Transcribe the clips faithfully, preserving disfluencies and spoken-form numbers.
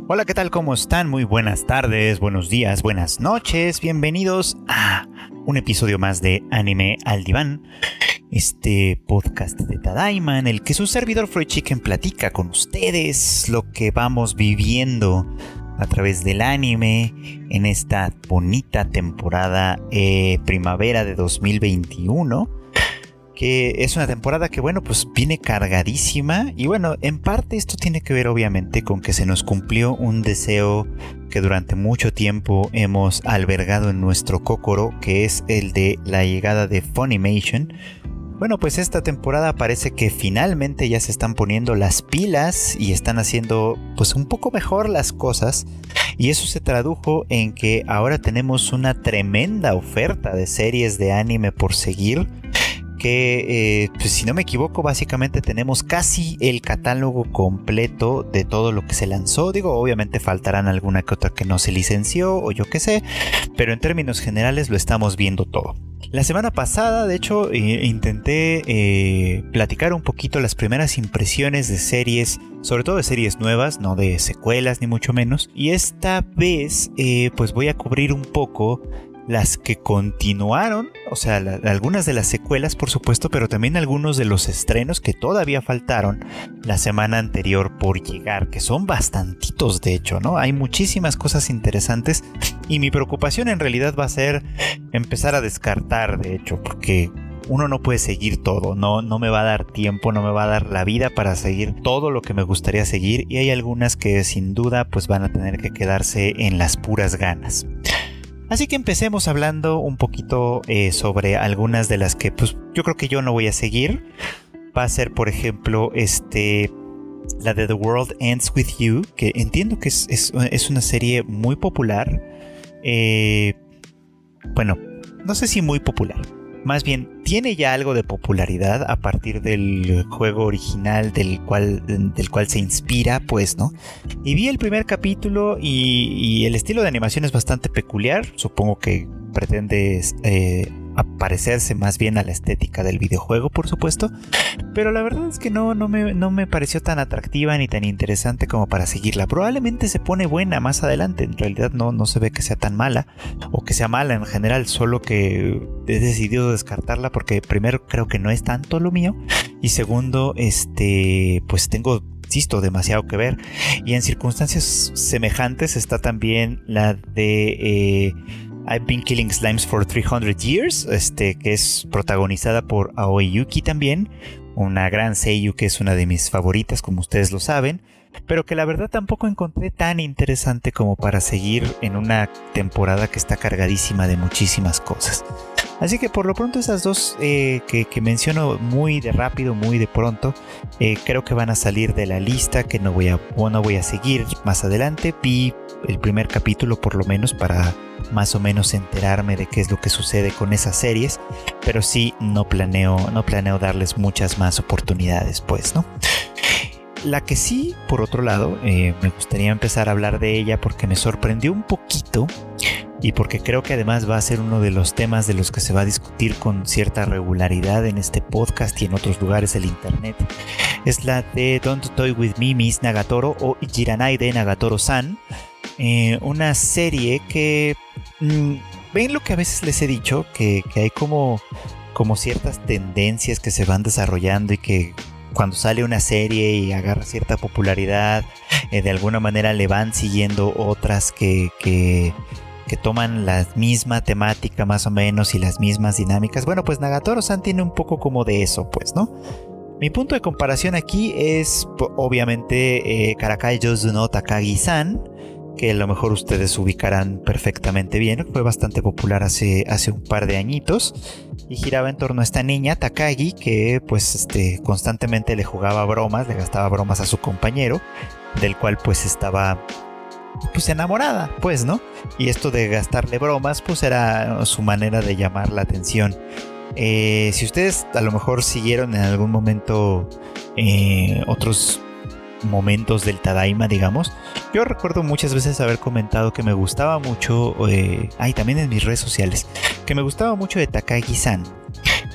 Hola, ¿qué tal? ¿Cómo están? Muy buenas tardes, buenos días, buenas noches. Bienvenidos a un episodio más de Anime al Diván, este podcast de Tadaima en el que su servidor Freud Chicken platica con ustedes lo que vamos viviendo a través del anime en esta bonita temporada eh, primavera de dos mil veintiuno. Que es una temporada que, bueno, pues viene cargadísima. Y bueno, en parte esto tiene que ver obviamente con que se nos cumplió un deseo que durante mucho tiempo hemos albergado en nuestro Kokoro, que es el de la llegada de Funimation. Bueno, pues esta temporada parece que finalmente ya se están poniendo las pilas y están haciendo pues un poco mejor las cosas. Y eso se tradujo en que ahora tenemos una tremenda oferta de series de anime por seguir. Que eh, pues si no me equivoco básicamente tenemos casi el catálogo completo de todo lo que se lanzó. Digo, obviamente faltarán alguna que otra que no se licenció o yo qué sé, pero en términos generales lo estamos viendo todo. La semana pasada de hecho eh, intenté eh, platicar un poquito las primeras impresiones de series, sobre todo de series nuevas, no de secuelas ni mucho menos, y esta vez eh, pues voy a cubrir un poco las que continuaron, o sea, la, algunas de las secuelas por supuesto, pero también algunos de los estrenos que todavía faltaron la semana anterior por llegar, que son bastantitos de hecho, ¿no? Hay muchísimas cosas interesantes y mi preocupación en realidad va a ser empezar a descartar, de hecho, porque uno no puede seguir todo, no, no me va a dar tiempo, no me va a dar la vida para seguir todo lo que me gustaría seguir, y hay algunas que sin duda pues van a tener que quedarse en las puras ganas. Así que empecemos hablando un poquito eh, sobre algunas de las que pues yo creo que yo no voy a seguir. Va a ser por ejemplo este la de The World Ends With You, que entiendo que es, es, es una serie muy popular. Eh, bueno, no sé si muy popular. Más bien, tiene ya algo de popularidad a partir del juego original del cual, del cual se inspira, pues, ¿no? Y vi el primer capítulo y, y el estilo de animación es bastante peculiar. Supongo que pretende eh, parecerse más bien a la estética del videojuego, por supuesto. Pero la verdad es que no, no, me, no me pareció tan atractiva ni tan interesante como para seguirla. Probablemente se pone buena más adelante. En realidad no, no se ve que sea tan mala o que sea mala en general, solo que he decidido descartarla porque primero creo que no es tanto lo mío y segundo, este, pues tengo, insisto, demasiado que ver. Y en circunstancias semejantes está también la de... Eh, I've Been Killing Slimes for three hundred years, este, que es protagonizada por Aoi Yuki también, una gran seiyuu que es una de mis favoritas, como ustedes lo saben, pero que la verdad tampoco encontré tan interesante como para seguir en una temporada que está cargadísima de muchísimas cosas. Así que por lo pronto esas dos eh, que, que menciono muy de rápido, muy de pronto, eh, creo que van a salir de la lista, que no voy a, no voy a seguir más adelante. Vi el primer capítulo por lo menos para más o menos enterarme de qué es lo que sucede con esas series, pero sí no planeo, no planeo darles muchas más oportunidades, pues, ¿no? La que sí, por otro lado, eh, me gustaría empezar a hablar de ella porque me sorprendió un poquito y porque creo que además va a ser uno de los temas de los que se va a discutir con cierta regularidad en este podcast y en otros lugares del internet. Es la de Don't Toy With Me, Miss Nagatoro, o Jiranai de Nagatoro-san. Eh, una serie que mmm, ven lo que a veces les he dicho, que, que hay como, como ciertas tendencias que se van desarrollando y que cuando sale una serie y agarra cierta popularidad, eh, de alguna manera le van siguiendo otras que, que, que toman la misma temática más o menos y las mismas dinámicas. Bueno, pues Nagatoro-san tiene un poco como de eso, pues, ¿no? Mi punto de comparación aquí es obviamente eh, Karakai Jouzu no Takagi-san, que a lo mejor ustedes ubicarán perfectamente bien. Fue bastante popular hace, hace un par de añitos y giraba en torno a esta niña Takagi que pues este, constantemente le jugaba bromas, le gastaba bromas a su compañero, del cual pues estaba pues enamorada, pues, ¿no? Y esto de gastarle bromas pues era su manera de llamar la atención. Eh, si ustedes a lo mejor siguieron en algún momento eh, otros momentos del Tadaima, digamos, yo recuerdo muchas veces haber comentado que me gustaba mucho, eh, ay, también en mis redes sociales, que me gustaba mucho de Takagi-san,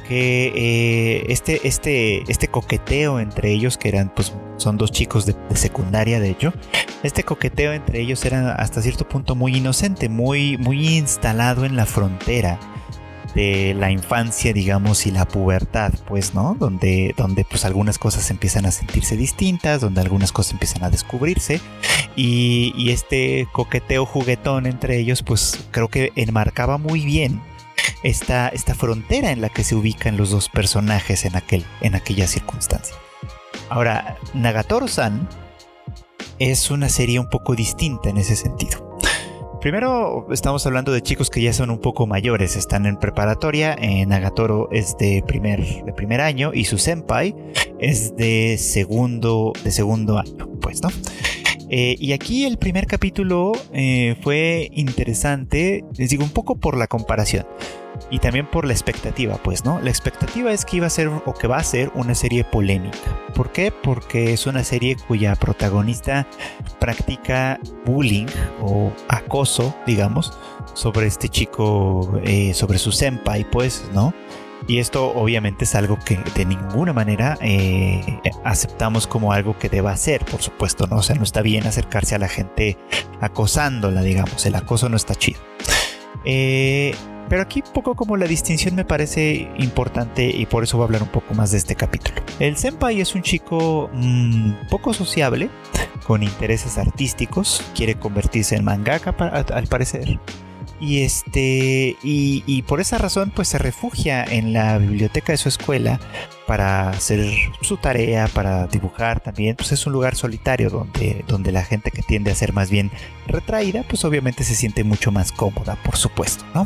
que eh, este, este, este coqueteo entre ellos, que eran, pues, son dos chicos de, de secundaria, de hecho, este coqueteo entre ellos era hasta cierto punto muy inocente, muy, muy instalado en la frontera de la infancia, digamos, y la pubertad, pues, ¿no? Donde, donde pues algunas cosas empiezan a sentirse distintas, donde algunas cosas empiezan a descubrirse, y, y este coqueteo juguetón entre ellos, pues creo que enmarcaba muy bien esta, esta frontera en la que se ubican los dos personajes en, aquel, en aquella circunstancia. Ahora, Nagatoro-san es una serie un poco distinta en ese sentido. Primero, estamos hablando de chicos que ya son un poco mayores, están en preparatoria. eh, Nagatoro es de primer, de primer año y su senpai es de segundo, de segundo año, pues, ¿no? Eh, y aquí el primer capítulo eh, fue interesante, les digo, un poco por la comparación y también por la expectativa, pues, ¿no? La expectativa es que iba a ser o que va a ser una serie polémica. ¿Por qué? Porque es una serie cuya protagonista practica bullying o acoso, digamos, sobre este chico, eh, sobre su senpai, pues, ¿no? Y esto obviamente es algo que de ninguna manera eh, aceptamos como algo que deba hacer, por supuesto, ¿no? O sea, no está bien acercarse a la gente acosándola, digamos. El acoso no está chido. Eh, pero aquí un poco como la distinción me parece importante y por eso voy a hablar un poco más de este capítulo. El senpai es un chico mmm, poco sociable, con intereses artísticos, quiere convertirse en mangaka al parecer. Y, este, y, y por esa razón pues se refugia en la biblioteca de su escuela para hacer su tarea, para dibujar también. Pues es un lugar solitario donde, donde la gente que tiende a ser más bien retraída pues obviamente se siente mucho más cómoda, por supuesto, ¿no?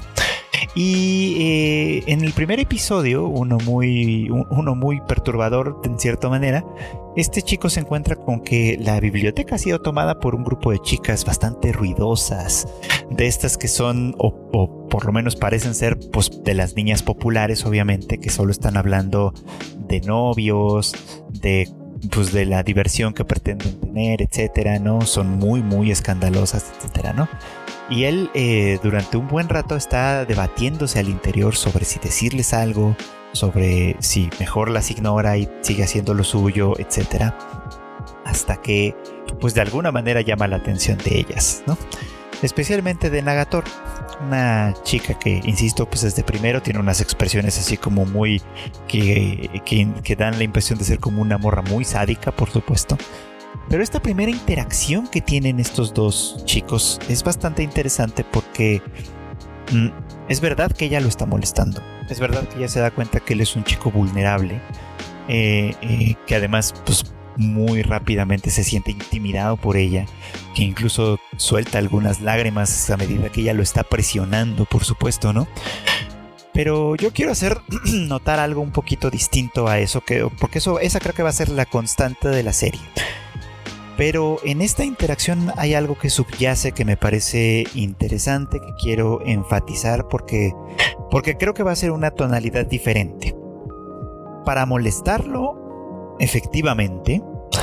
Y eh, en el primer episodio, uno muy, uno muy perturbador en cierta manera, este chico se encuentra con que la biblioteca ha sido tomada por un grupo de chicas bastante ruidosas, de estas que son, o, o por lo menos parecen ser, pues de las niñas populares, obviamente, que solo están hablando de novios, de, pues, de la diversión que pretenden tener, etcétera, ¿no? Son muy, muy escandalosas, etcétera, ¿no? Y él eh, durante un buen rato está debatiéndose al interior sobre si decirles algo, sobre si mejor las ignora y sigue haciendo lo suyo, etcétera. Hasta que, pues de alguna manera llama la atención de ellas, ¿no? Especialmente de Nagatoro, una chica que, insisto, pues desde primero tiene unas expresiones así como muy que, que, que dan la impresión de ser como una morra muy sádica, por supuesto. Pero esta primera interacción que tienen estos dos chicos es bastante interesante porque mm, es verdad que ella lo está molestando. Es verdad que ella se da cuenta que él es un chico vulnerable, eh, eh, que además pues, muy rápidamente se siente intimidado por ella, que incluso suelta algunas lágrimas a medida que ella lo está presionando, por supuesto, ¿no? Pero yo quiero hacer notar algo un poquito distinto a eso, que, porque eso, esa creo que va a ser la constante de la serie. Pero en esta interacción hay algo que subyace que me parece interesante, que quiero enfatizar porque, porque creo que va a ser una tonalidad diferente. Para molestarlo, efectivamente,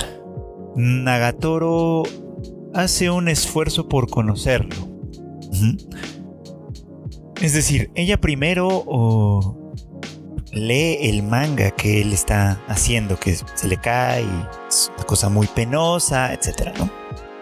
Nagatoro hace un esfuerzo por conocerlo. Uh-huh. Es decir, ella primero oh, lee el manga que él está haciendo, que se le cae y es una cosa muy penosa, etcétera, ¿no?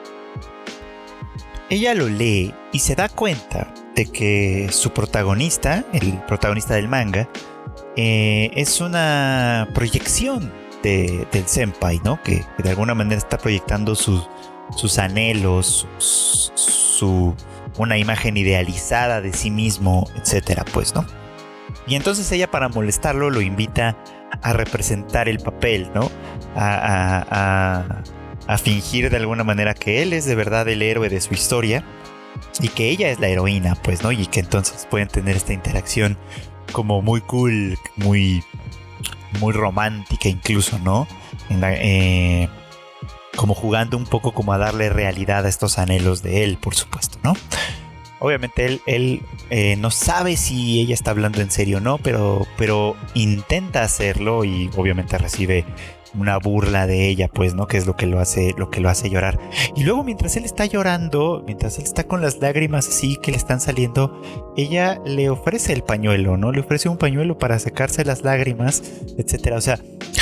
Ella lo lee y se da cuenta de que su protagonista, el protagonista del manga, eh, es una proyección de, del senpai, ¿no? Que, que de alguna manera está proyectando sus, sus anhelos, su, su, una imagen idealizada de sí mismo, etcétera, pues, ¿no? Y entonces ella, para molestarlo, lo invita a representar el papel, ¿no? A, a, a, a fingir de alguna manera que él es de verdad el héroe de su historia y que ella es la heroína, pues, ¿no? Y que entonces pueden tener esta interacción como muy cool, muy, muy romántica incluso, ¿no? En la, eh, como jugando un poco como a darle realidad a estos anhelos de él, por supuesto, ¿no? obviamente él, él eh, no sabe si ella está hablando en serio o no, pero, pero intenta hacerlo y obviamente recibe una burla de ella, pues, ¿no? Que es lo que lo hace, lo que lo hace llorar. Y luego mientras él está llorando, mientras él está con las lágrimas así que le están saliendo, ella le ofrece el pañuelo, ¿no? Le ofrece un pañuelo para secarse las lágrimas, etcétera. O sea,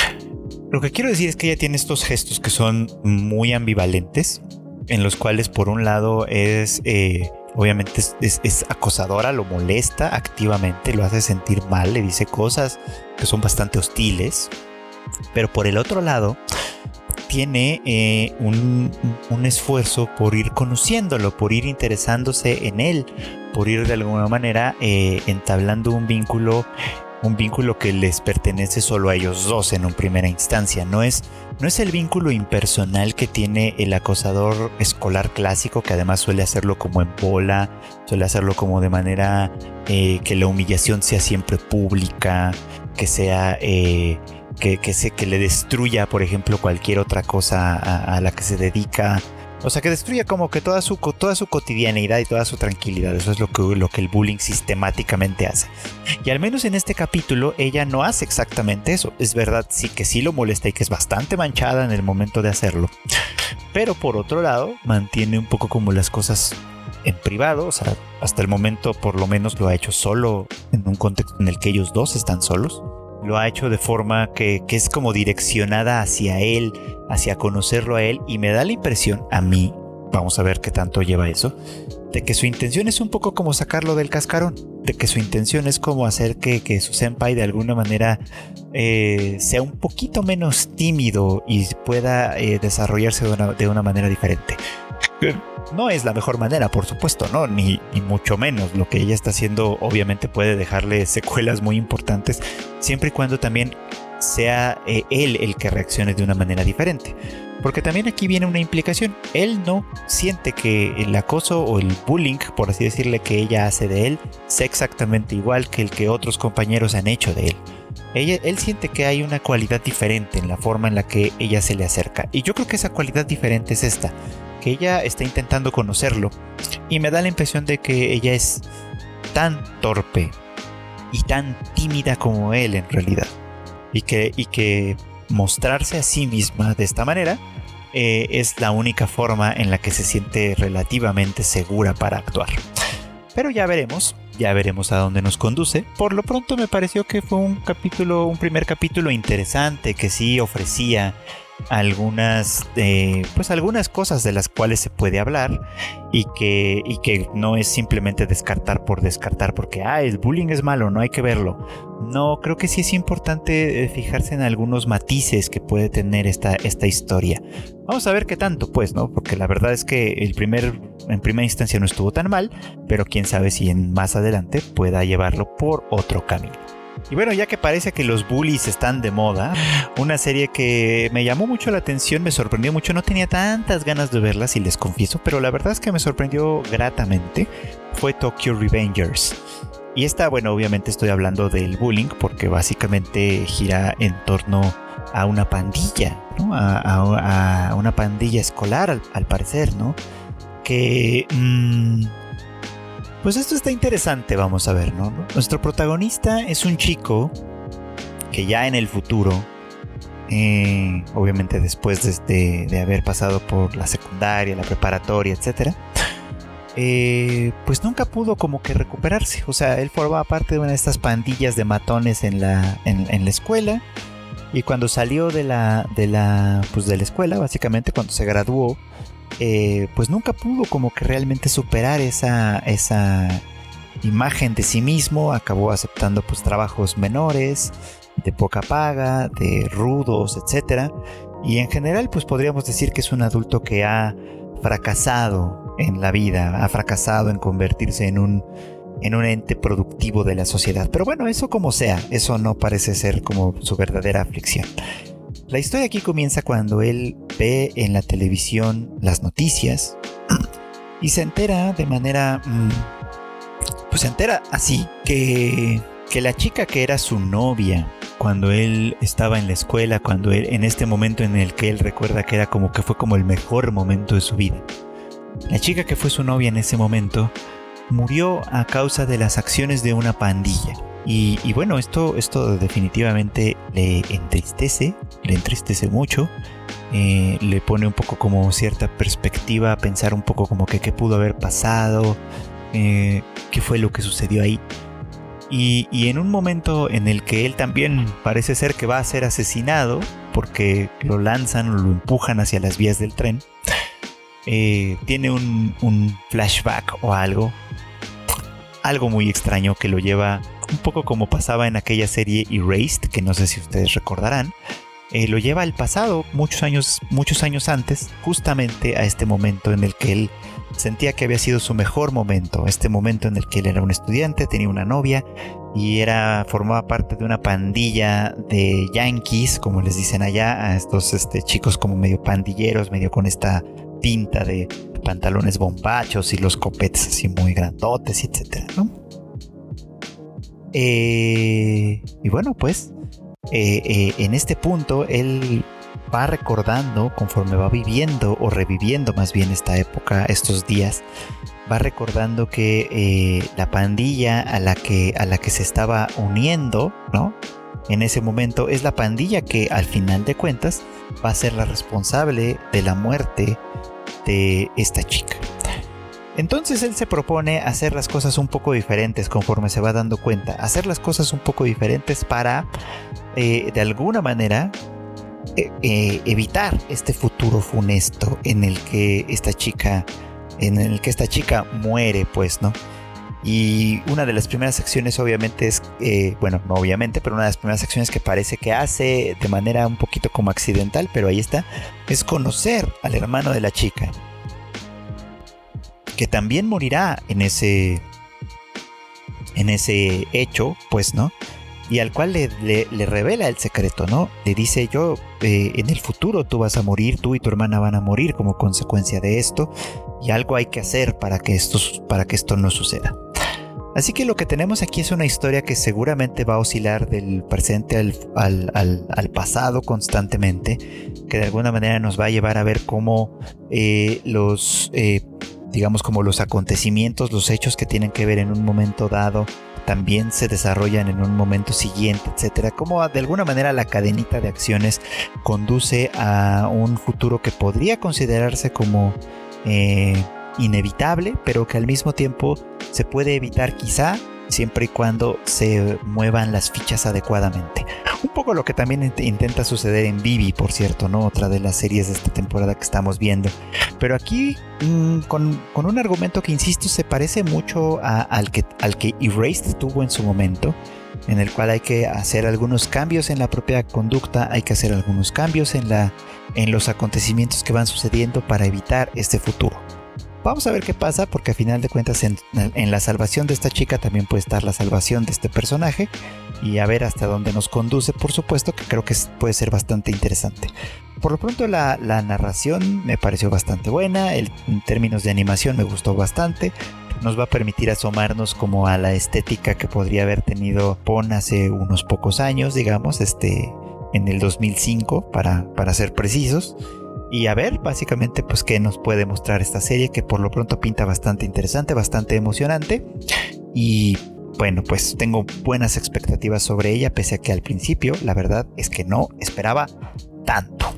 lo que quiero decir es que ella tiene estos gestos que son muy ambivalentes, en los cuales por un lado es... Eh, obviamente es, es, es acosadora, lo molesta activamente, lo hace sentir mal, le dice cosas que son bastante hostiles. Pero por el otro lado, tiene eh, un, un esfuerzo por ir conociéndolo, por ir interesándose en él, por ir de alguna manera eh, entablando un vínculo, un vínculo que les pertenece solo a ellos dos en una primera instancia. No es, no es el vínculo impersonal que tiene el acosador escolar clásico, que además suele hacerlo como en bola, suele hacerlo como de manera eh, que la humillación sea siempre pública, que sea... Eh, Que, que, se, que le destruya, por ejemplo, cualquier otra cosa a, a la que se dedica. O sea, que destruya como que toda su, toda su cotidianidad y toda su tranquilidad. Eso es lo que, lo que el bullying sistemáticamente hace. Y al menos en este capítulo, ella no hace exactamente eso. Es verdad, sí que sí lo molesta y que es bastante manchada en el momento de hacerlo. Pero por otro lado, mantiene un poco como las cosas en privado. O sea, hasta el momento por lo menos lo ha hecho solo, en un contexto en el que ellos dos están solos. Lo ha hecho de forma que, que es como direccionada hacia él, hacia conocerlo a él, y me da la impresión, a mí, vamos a ver qué tanto lleva eso, de que su intención es un poco como sacarlo del cascarón, de que su intención es como hacer que, que su senpai de alguna manera eh, sea un poquito menos tímido y pueda eh, desarrollarse de una, de una manera diferente. No es la mejor manera, por supuesto, ¿no? Ni, ni mucho menos. Lo que ella está haciendo obviamente puede dejarle secuelas muy importantes, siempre y cuando también sea eh, él el que reaccione de una manera diferente. Porque también aquí viene una implicación. Él no siente que el acoso o el bullying, por así decirle, que ella hace de él, sea exactamente igual que el que otros compañeros han hecho de él. Ella, él siente que hay una cualidad diferente en la forma en la que ella se le acerca. Y yo creo que esa cualidad diferente es esta, que ella está intentando conocerlo. Y me da la impresión de que ella es tan torpe y tan tímida como él en realidad. Y que, y que mostrarse a sí misma de esta manera eh, es la única forma en la que se siente relativamente segura para actuar. Pero ya veremos, ya veremos a dónde nos conduce. Por lo pronto me pareció que fue un capítulo, un primer capítulo interesante, que sí ofrecía algunas eh, pues algunas cosas de las cuales se puede hablar y que, y que no es simplemente descartar por descartar porque ah, el bullying es malo, no hay que verlo. No, creo que sí es importante fijarse en algunos matices que puede tener esta, esta historia. Vamos a ver qué tanto, pues, ¿no? Porque la verdad es que el primer, en primera instancia no estuvo tan mal, pero quién sabe si en más adelante pueda llevarlo por otro camino. Y bueno, ya que parece que los bullies están de moda, una serie que me llamó mucho la atención, me sorprendió mucho, no tenía tantas ganas de verla, si les confieso, pero la verdad es que me sorprendió gratamente, fue Tokyo Revengers. Y esta, bueno, obviamente estoy hablando del bullying porque básicamente gira en torno a una pandilla, ¿no? A, a, a una pandilla escolar, al, al parecer, ¿no? Que... Mmm, Pues esto está interesante, vamos a ver, ¿no? Nuestro protagonista es un chico que ya en el futuro, eh, obviamente después de, de, de haber pasado por la secundaria, la preparatoria, etcétera, eh, pues nunca pudo como que recuperarse. O sea, él formaba parte de una de estas pandillas de matones en la, en, en la escuela, y cuando salió de la, de la, pues de la escuela, básicamente cuando se graduó, Eh, pues nunca pudo como que realmente superar esa, esa imagen de sí mismo. Acabó aceptando pues trabajos menores, de poca paga, de rudos, etcétera. Y en general pues podríamos decir que es un adulto que ha fracasado en la vida, ha fracasado en convertirse en un, en un ente productivo de la sociedad. Pero bueno, eso como sea, eso no parece ser como su verdadera aflicción. La historia aquí comienza cuando él ve en la televisión las noticias y se entera de manera... Pues se entera así, que, que la chica que era su novia cuando él estaba en la escuela, cuando él, en este momento en el que él recuerda que era como que fue como el mejor momento de su vida. La chica que fue su novia en ese momento murió a causa de las acciones de una pandilla. Y, y bueno, esto, esto definitivamente le entristece, le entristece mucho. Eh, le pone un poco como cierta perspectiva a pensar un poco como que qué pudo haber pasado, eh, qué fue lo que sucedió ahí. Y, y en un momento en el que él también parece ser que va a ser asesinado porque lo lanzan o lo empujan hacia las vías del tren, eh, tiene un, un flashback o algo, algo muy extraño que lo lleva un poco como pasaba en aquella serie Erased, que no sé si ustedes recordarán. Eh, lo lleva al pasado, muchos años, muchos años antes, justamente a este momento en el que él sentía que había sido su mejor momento, este momento en el que él era un estudiante, tenía una novia y era, formaba parte de una pandilla de yankees, como les dicen allá, a estos este, chicos como medio pandilleros, medio con esta pinta de pantalones bombachos y los copetes así muy grandotes, etcétera, ¿no? Eh, y bueno, pues Eh, eh, en este punto él va recordando, conforme va viviendo o reviviendo más bien esta época, estos días, va recordando que eh, la pandilla a la que, a la que se estaba uniendo, ¿no? En ese momento es la pandilla que al final de cuentas va a ser la responsable de la muerte de esta chica. Entonces él se propone hacer las cosas un poco diferentes conforme se va dando cuenta, hacer las cosas un poco diferentes para eh, de alguna manera eh, eh, evitar este futuro funesto en el que esta chica, en el que esta chica muere, pues, ¿no? Y una de las primeras acciones obviamente es, eh, bueno, no obviamente, pero una de las primeras acciones que parece que hace de manera un poquito como accidental, pero ahí está, es conocer al hermano de la chica, que también morirá en ese en ese hecho, pues, ¿no? Y al cual le, le, le revela el secreto, ¿no? Le dice: yo, eh, en el futuro tú vas a morir, tú y tu hermana van a morir como consecuencia de esto, y algo hay que hacer para que esto, para que esto no suceda. Así que lo que tenemos aquí es una historia que seguramente va a oscilar del presente al, al, al, al pasado constantemente, que de alguna manera nos va a llevar a ver cómo eh, los... Eh, digamos como los acontecimientos, los hechos que tienen que ver en un momento dado también se desarrollan en un momento siguiente, etcétera. Como de alguna manera la cadenita de acciones conduce a un futuro que podría considerarse como eh, inevitable, pero que al mismo tiempo se puede evitar quizá siempre y cuando se muevan las fichas adecuadamente. Un poco lo que también int- intenta suceder en Vivi, por cierto, ¿no? Otra de las series de esta temporada que estamos viendo. Pero aquí, mmm, con, con un argumento que, insisto, se parece mucho a, al, que, al que Erased tuvo en su momento, en el cual hay que hacer algunos cambios en la propia conducta, hay que hacer algunos cambios en, la, en los acontecimientos que van sucediendo para evitar este futuro. Vamos a ver qué pasa, porque a final de cuentas en, en la salvación de esta chica también puede estar la salvación de este personaje, y a ver hasta dónde nos conduce, por supuesto, que creo que puede ser bastante interesante. Por lo pronto la, la narración me pareció bastante buena, el, en términos de animación me gustó bastante, nos va a permitir asomarnos como a la estética que podría haber tenido Pon hace unos pocos años, digamos, este, en el dos mil cinco para, para ser precisos. Y a ver, básicamente, pues qué nos puede mostrar esta serie, que por lo pronto pinta bastante interesante, bastante emocionante. Y bueno, pues tengo buenas expectativas sobre ella, pese a que al principio, la verdad es que no esperaba tanto.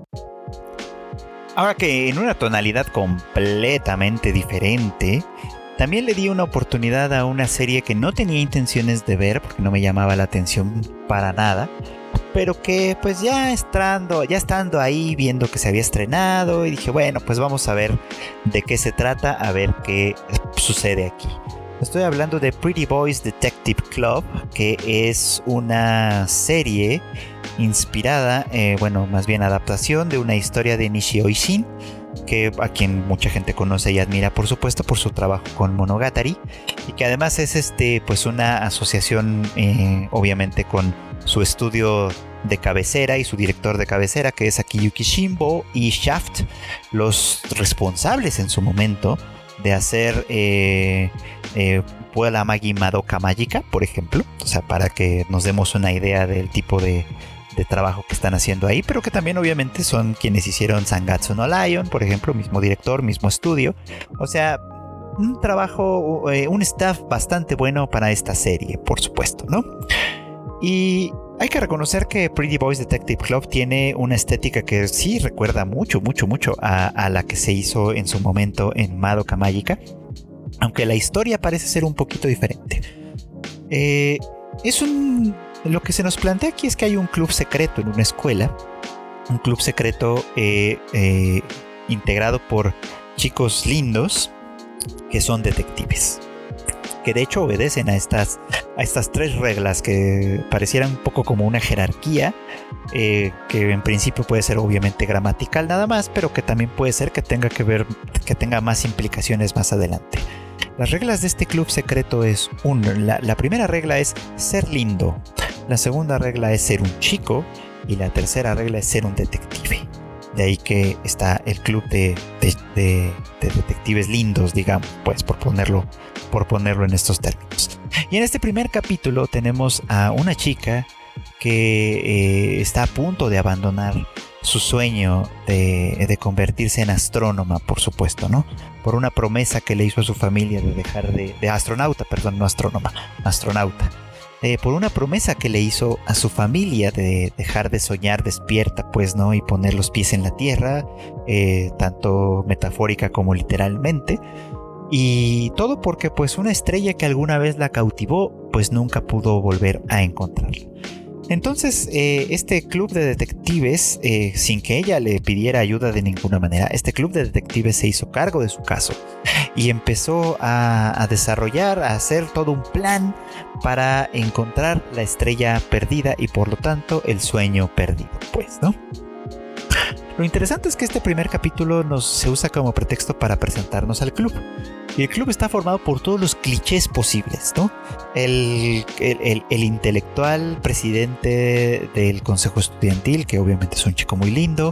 Ahora que en una tonalidad completamente diferente, también le di una oportunidad a una serie que no tenía intenciones de ver, porque no me llamaba la atención para nada, pero que pues ya estando, ya estando ahí viendo que se había estrenado, y dije, bueno, pues vamos a ver de qué se trata, a ver qué sucede aquí. Estoy hablando de Pretty Boys Detective Club, que es una serie inspirada, eh, bueno, más bien adaptación de una historia de Nishio Ishin, que a quien mucha gente conoce y admira, por supuesto, por su trabajo con Monogatari, y que además es este, pues una asociación, eh, obviamente, con su estudio de cabecera y su director de cabecera, que es Akiyuki Shimbo y Shaft, los responsables en su momento de hacer eh, eh, Puella Magi Madoka Magica, por ejemplo, o sea, para que nos demos una idea del tipo de de trabajo que están haciendo ahí, pero que también obviamente son quienes hicieron Sangatsu no Lion, por ejemplo, mismo director, mismo estudio. O sea, un trabajo, eh, un staff bastante bueno para esta serie, por supuesto, ¿no? Y hay que reconocer que Pretty Boys Detective Club tiene una estética que sí recuerda mucho, mucho, mucho a, a la que se hizo en su momento en Madoka Mágica, aunque la historia parece ser un poquito diferente. Eh, es un... Lo que se nos plantea aquí es que hay un club secreto en una escuela, un club secreto eh, eh, integrado por chicos lindos que son detectives, que de hecho obedecen a estas, a estas tres reglas que parecieran un poco como una jerarquía, eh, que en principio puede ser obviamente gramatical nada más, pero que también puede ser que tenga que ver, que tenga más implicaciones más adelante. Las reglas de este club secreto es un, la, la primera regla es ser lindo, la segunda regla es ser un chico y la tercera regla es ser un detective. De ahí que está el club de, de, de, de detectives lindos, digamos, pues por ponerlo, por ponerlo en estos términos. Y en este primer capítulo tenemos a una chica que eh, está a punto de abandonar su sueño de, de convertirse en astrónoma, por supuesto, ¿no? Por una promesa que le hizo a su familia de dejar de, de astronauta, perdón, no astrónoma, astronauta. Eh, por una promesa que le hizo a su familia de dejar de soñar despierta, pues, ¿no? Y poner los pies en la tierra, eh, tanto metafórica como literalmente. Y todo porque, pues, una estrella que alguna vez la cautivó, pues nunca pudo volver a encontrarla. Entonces, eh, este club de detectives, eh, sin que ella le pidiera ayuda de ninguna manera, este club de detectives se hizo cargo de su caso y empezó a, a desarrollar, a hacer todo un plan para encontrar la estrella perdida y por lo tanto el sueño perdido, pues, ¿no? Lo interesante es que este primer capítulo nos se usa como pretexto para presentarnos al club. Y el club está formado por todos los clichés posibles, ¿no? El, el, el, el intelectual presidente del consejo estudiantil, que obviamente es un chico muy lindo.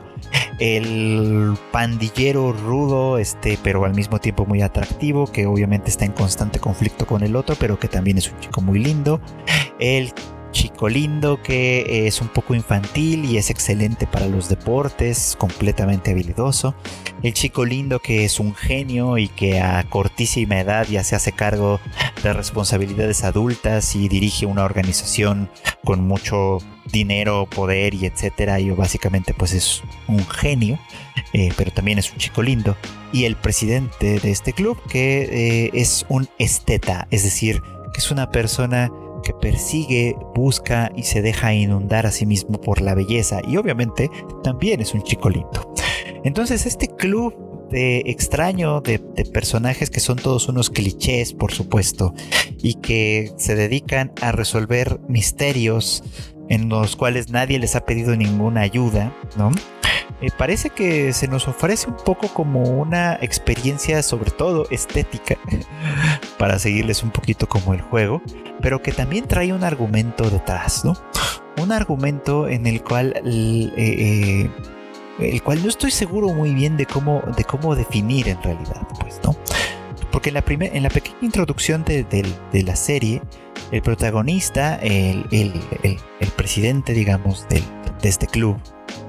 El pandillero rudo, este, pero al mismo tiempo muy atractivo, que obviamente está en constante conflicto con el otro, pero que también es un chico muy lindo. El chico lindo que es un poco infantil y es excelente para los deportes, completamente habilidoso. El chico lindo que es un genio y que a cortísima edad ya se hace cargo de responsabilidades adultas y dirige una organización con mucho dinero, poder y etcétera, y básicamente pues es un genio, eh, pero también es un chico lindo. Y el presidente de este club que eh, es un esteta, es decir, que es una persona que persigue, busca y se deja inundar a sí mismo por la belleza, y obviamente también es un chico lindo. Entonces este club de extraño de, de personajes que son todos unos clichés, por supuesto, y que se dedican a resolver misterios en los cuales nadie les ha pedido ninguna ayuda, ¿no? Me parece que se nos ofrece un poco como una experiencia, sobre todo estética, para seguirles un poquito como el juego, pero que también trae un argumento detrás, ¿no? Un argumento en el cual, eh, eh, el cual no estoy seguro muy bien de cómo, de cómo definir en realidad, pues, ¿no? Porque en la, primer, en la pequeña introducción de, de, de la serie, el protagonista, el, el, el, el presidente, digamos, del, de este club,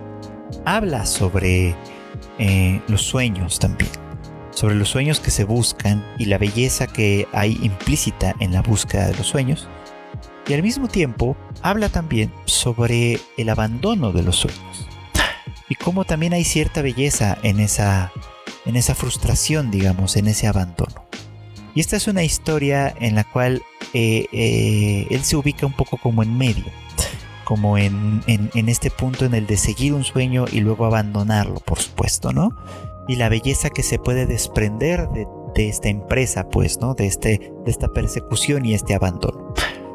habla sobre eh, los sueños también, sobre los sueños que se buscan y la belleza que hay implícita en la búsqueda de los sueños, y al mismo tiempo habla también sobre el abandono de los sueños y cómo también hay cierta belleza en esa, en esa frustración, digamos, en ese abandono. Y esta es una historia en la cual eh, eh, él se ubica un poco como en medio, como en, en, en este punto en el de seguir un sueño y luego abandonarlo, por supuesto, ¿no? Y la belleza que se puede desprender de, de esta empresa, pues, ¿no? De, este, de esta persecución y este abandono.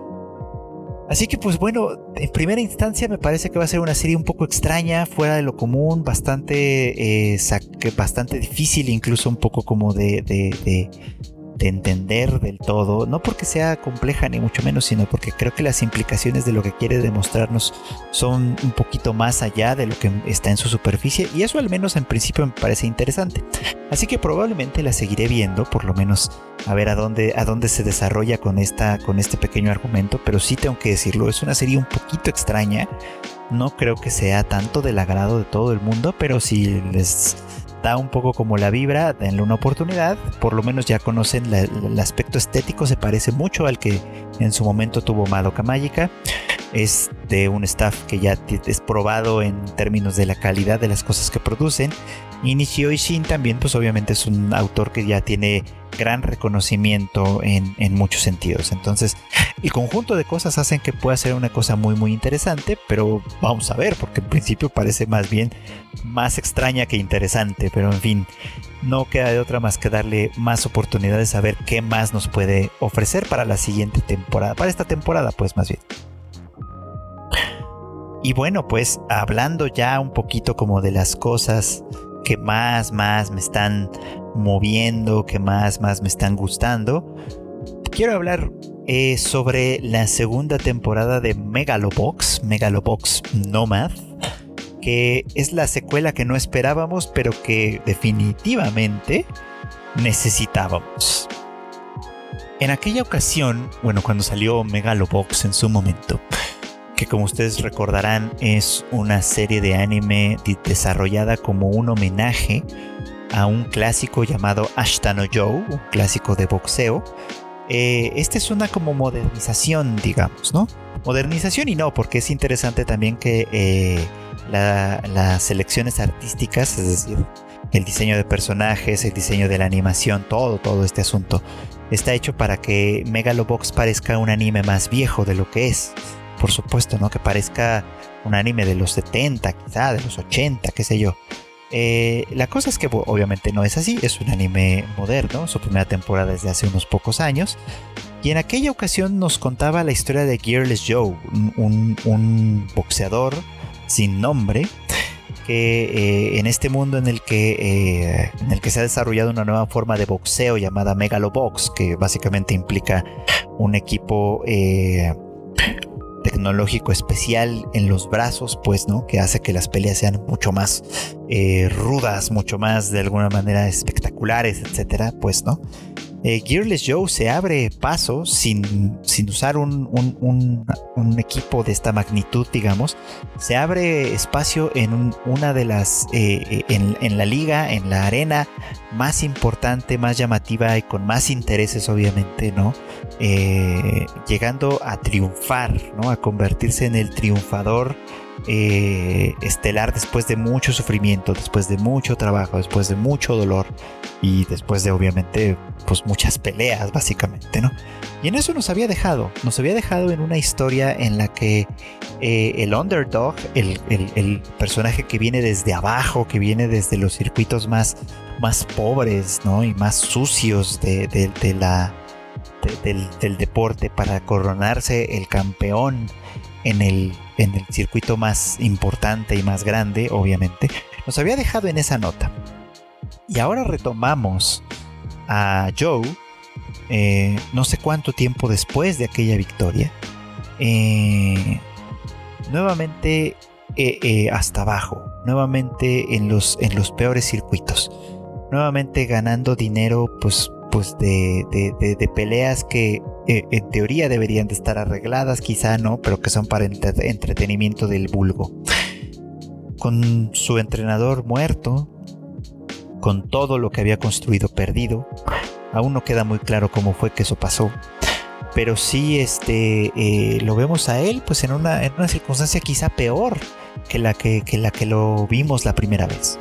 Así que, pues bueno, en primera instancia me parece que va a ser una serie un poco extraña, fuera de lo común, bastante, eh, bastante difícil, incluso un poco como de... de, de de entender del todo, no porque sea compleja ni mucho menos, sino porque creo que las implicaciones de lo que quiere demostrarnos son un poquito más allá de lo que está en su superficie, y eso al menos en principio me parece interesante. Así que probablemente la seguiré viendo, por lo menos a ver a dónde, a dónde se desarrolla con, esta, con este pequeño argumento, pero sí tengo que decirlo, es una serie un poquito extraña, no creo que sea tanto del agrado de todo el mundo, pero si les da un poco como la vibra, denle una oportunidad. Por lo menos ya conocen la, el aspecto estético, se parece mucho al que en su momento tuvo Madoka Mágica. Es de un staff que ya es probado en términos de la calidad de las cosas que producen. Y Nishio Ishin también, pues obviamente es un autor que ya tiene gran reconocimiento en, en muchos sentidos. Entonces, el conjunto de cosas hacen que pueda ser una cosa muy muy interesante, pero vamos a ver, porque en principio parece más bien más extraña que interesante. Pero en fin, no queda de otra más que darle más oportunidades a ver qué más nos puede ofrecer para la siguiente temporada, para esta temporada pues más bien. Y bueno, pues hablando ya un poquito como de las cosas que más, más me están moviendo, que más, más me están gustando, quiero hablar eh, sobre la segunda temporada de Megalobox, Megalobox Nomad, que es la secuela que no esperábamos, pero que definitivamente necesitábamos. En aquella ocasión, bueno, cuando salió Megalobox en su momento, que como ustedes recordarán es una serie de anime desarrollada como un homenaje a un clásico llamado Ashita no Joe, un clásico de boxeo. Eh, esta es una como modernización, digamos, ¿no? Modernización y no, porque es interesante también que eh, la, las selecciones artísticas, es decir, el diseño de personajes, el diseño de la animación, todo, todo este asunto, está hecho para que Megalobox parezca un anime más viejo de lo que es. Por supuesto, ¿no? Que parezca un anime de los setenta, quizá, de los ochenta, qué sé yo. Eh, la cosa es que obviamente no es así, es un anime moderno, su primera temporada es de hace unos pocos años. Y en aquella ocasión nos contaba la historia de Gearless Joe, un, un, un boxeador sin nombre, que eh, en este mundo en el que, eh, en el que se ha desarrollado una nueva forma de boxeo llamada Megalobox, que básicamente implica un equipo Eh, tecnológico especial en los brazos, pues, ¿no? Que hace que las peleas sean mucho más eh, rudas, mucho más de alguna manera espectaculares, etcétera, pues, ¿no? Eh, Gearless Joe se abre paso sin, sin usar un, un, un, un equipo de esta magnitud, digamos. Se abre espacio en un, una de las eh, en, en la liga, en la arena más importante, más llamativa y con más intereses, obviamente, ¿no? Eh, llegando a triunfar, ¿no? A convertirse en el triunfador eh, estelar después de mucho sufrimiento, después de mucho trabajo, después de mucho dolor y después de obviamente pues muchas peleas, básicamente, ¿no? Y en eso nos había dejado, nos había dejado en una historia en la que eh, el underdog, el, el, el personaje que viene desde abajo, que viene desde los circuitos más, más pobres, ¿no? Y más sucios de, de, de la, de, del, del deporte para coronarse el campeón en el, en el circuito más importante y más grande, obviamente, nos había dejado en esa nota. Y ahora retomamos a Joe, eh, no sé cuánto tiempo después de aquella victoria, eh, nuevamente eh, eh, hasta abajo, nuevamente en los, en los peores circuitos, nuevamente ganando dinero pues, pues de, de, de, de peleas que eh, en teoría deberían de estar arregladas, quizá no, pero que son para entre- entretenimiento del vulgo. Con su entrenador muerto, con todo lo que había construido perdido, aún no queda muy claro cómo fue que eso pasó, pero sí este, eh, lo vemos a él pues en una, en una circunstancia quizá peor que la que, que la que lo vimos la primera vez.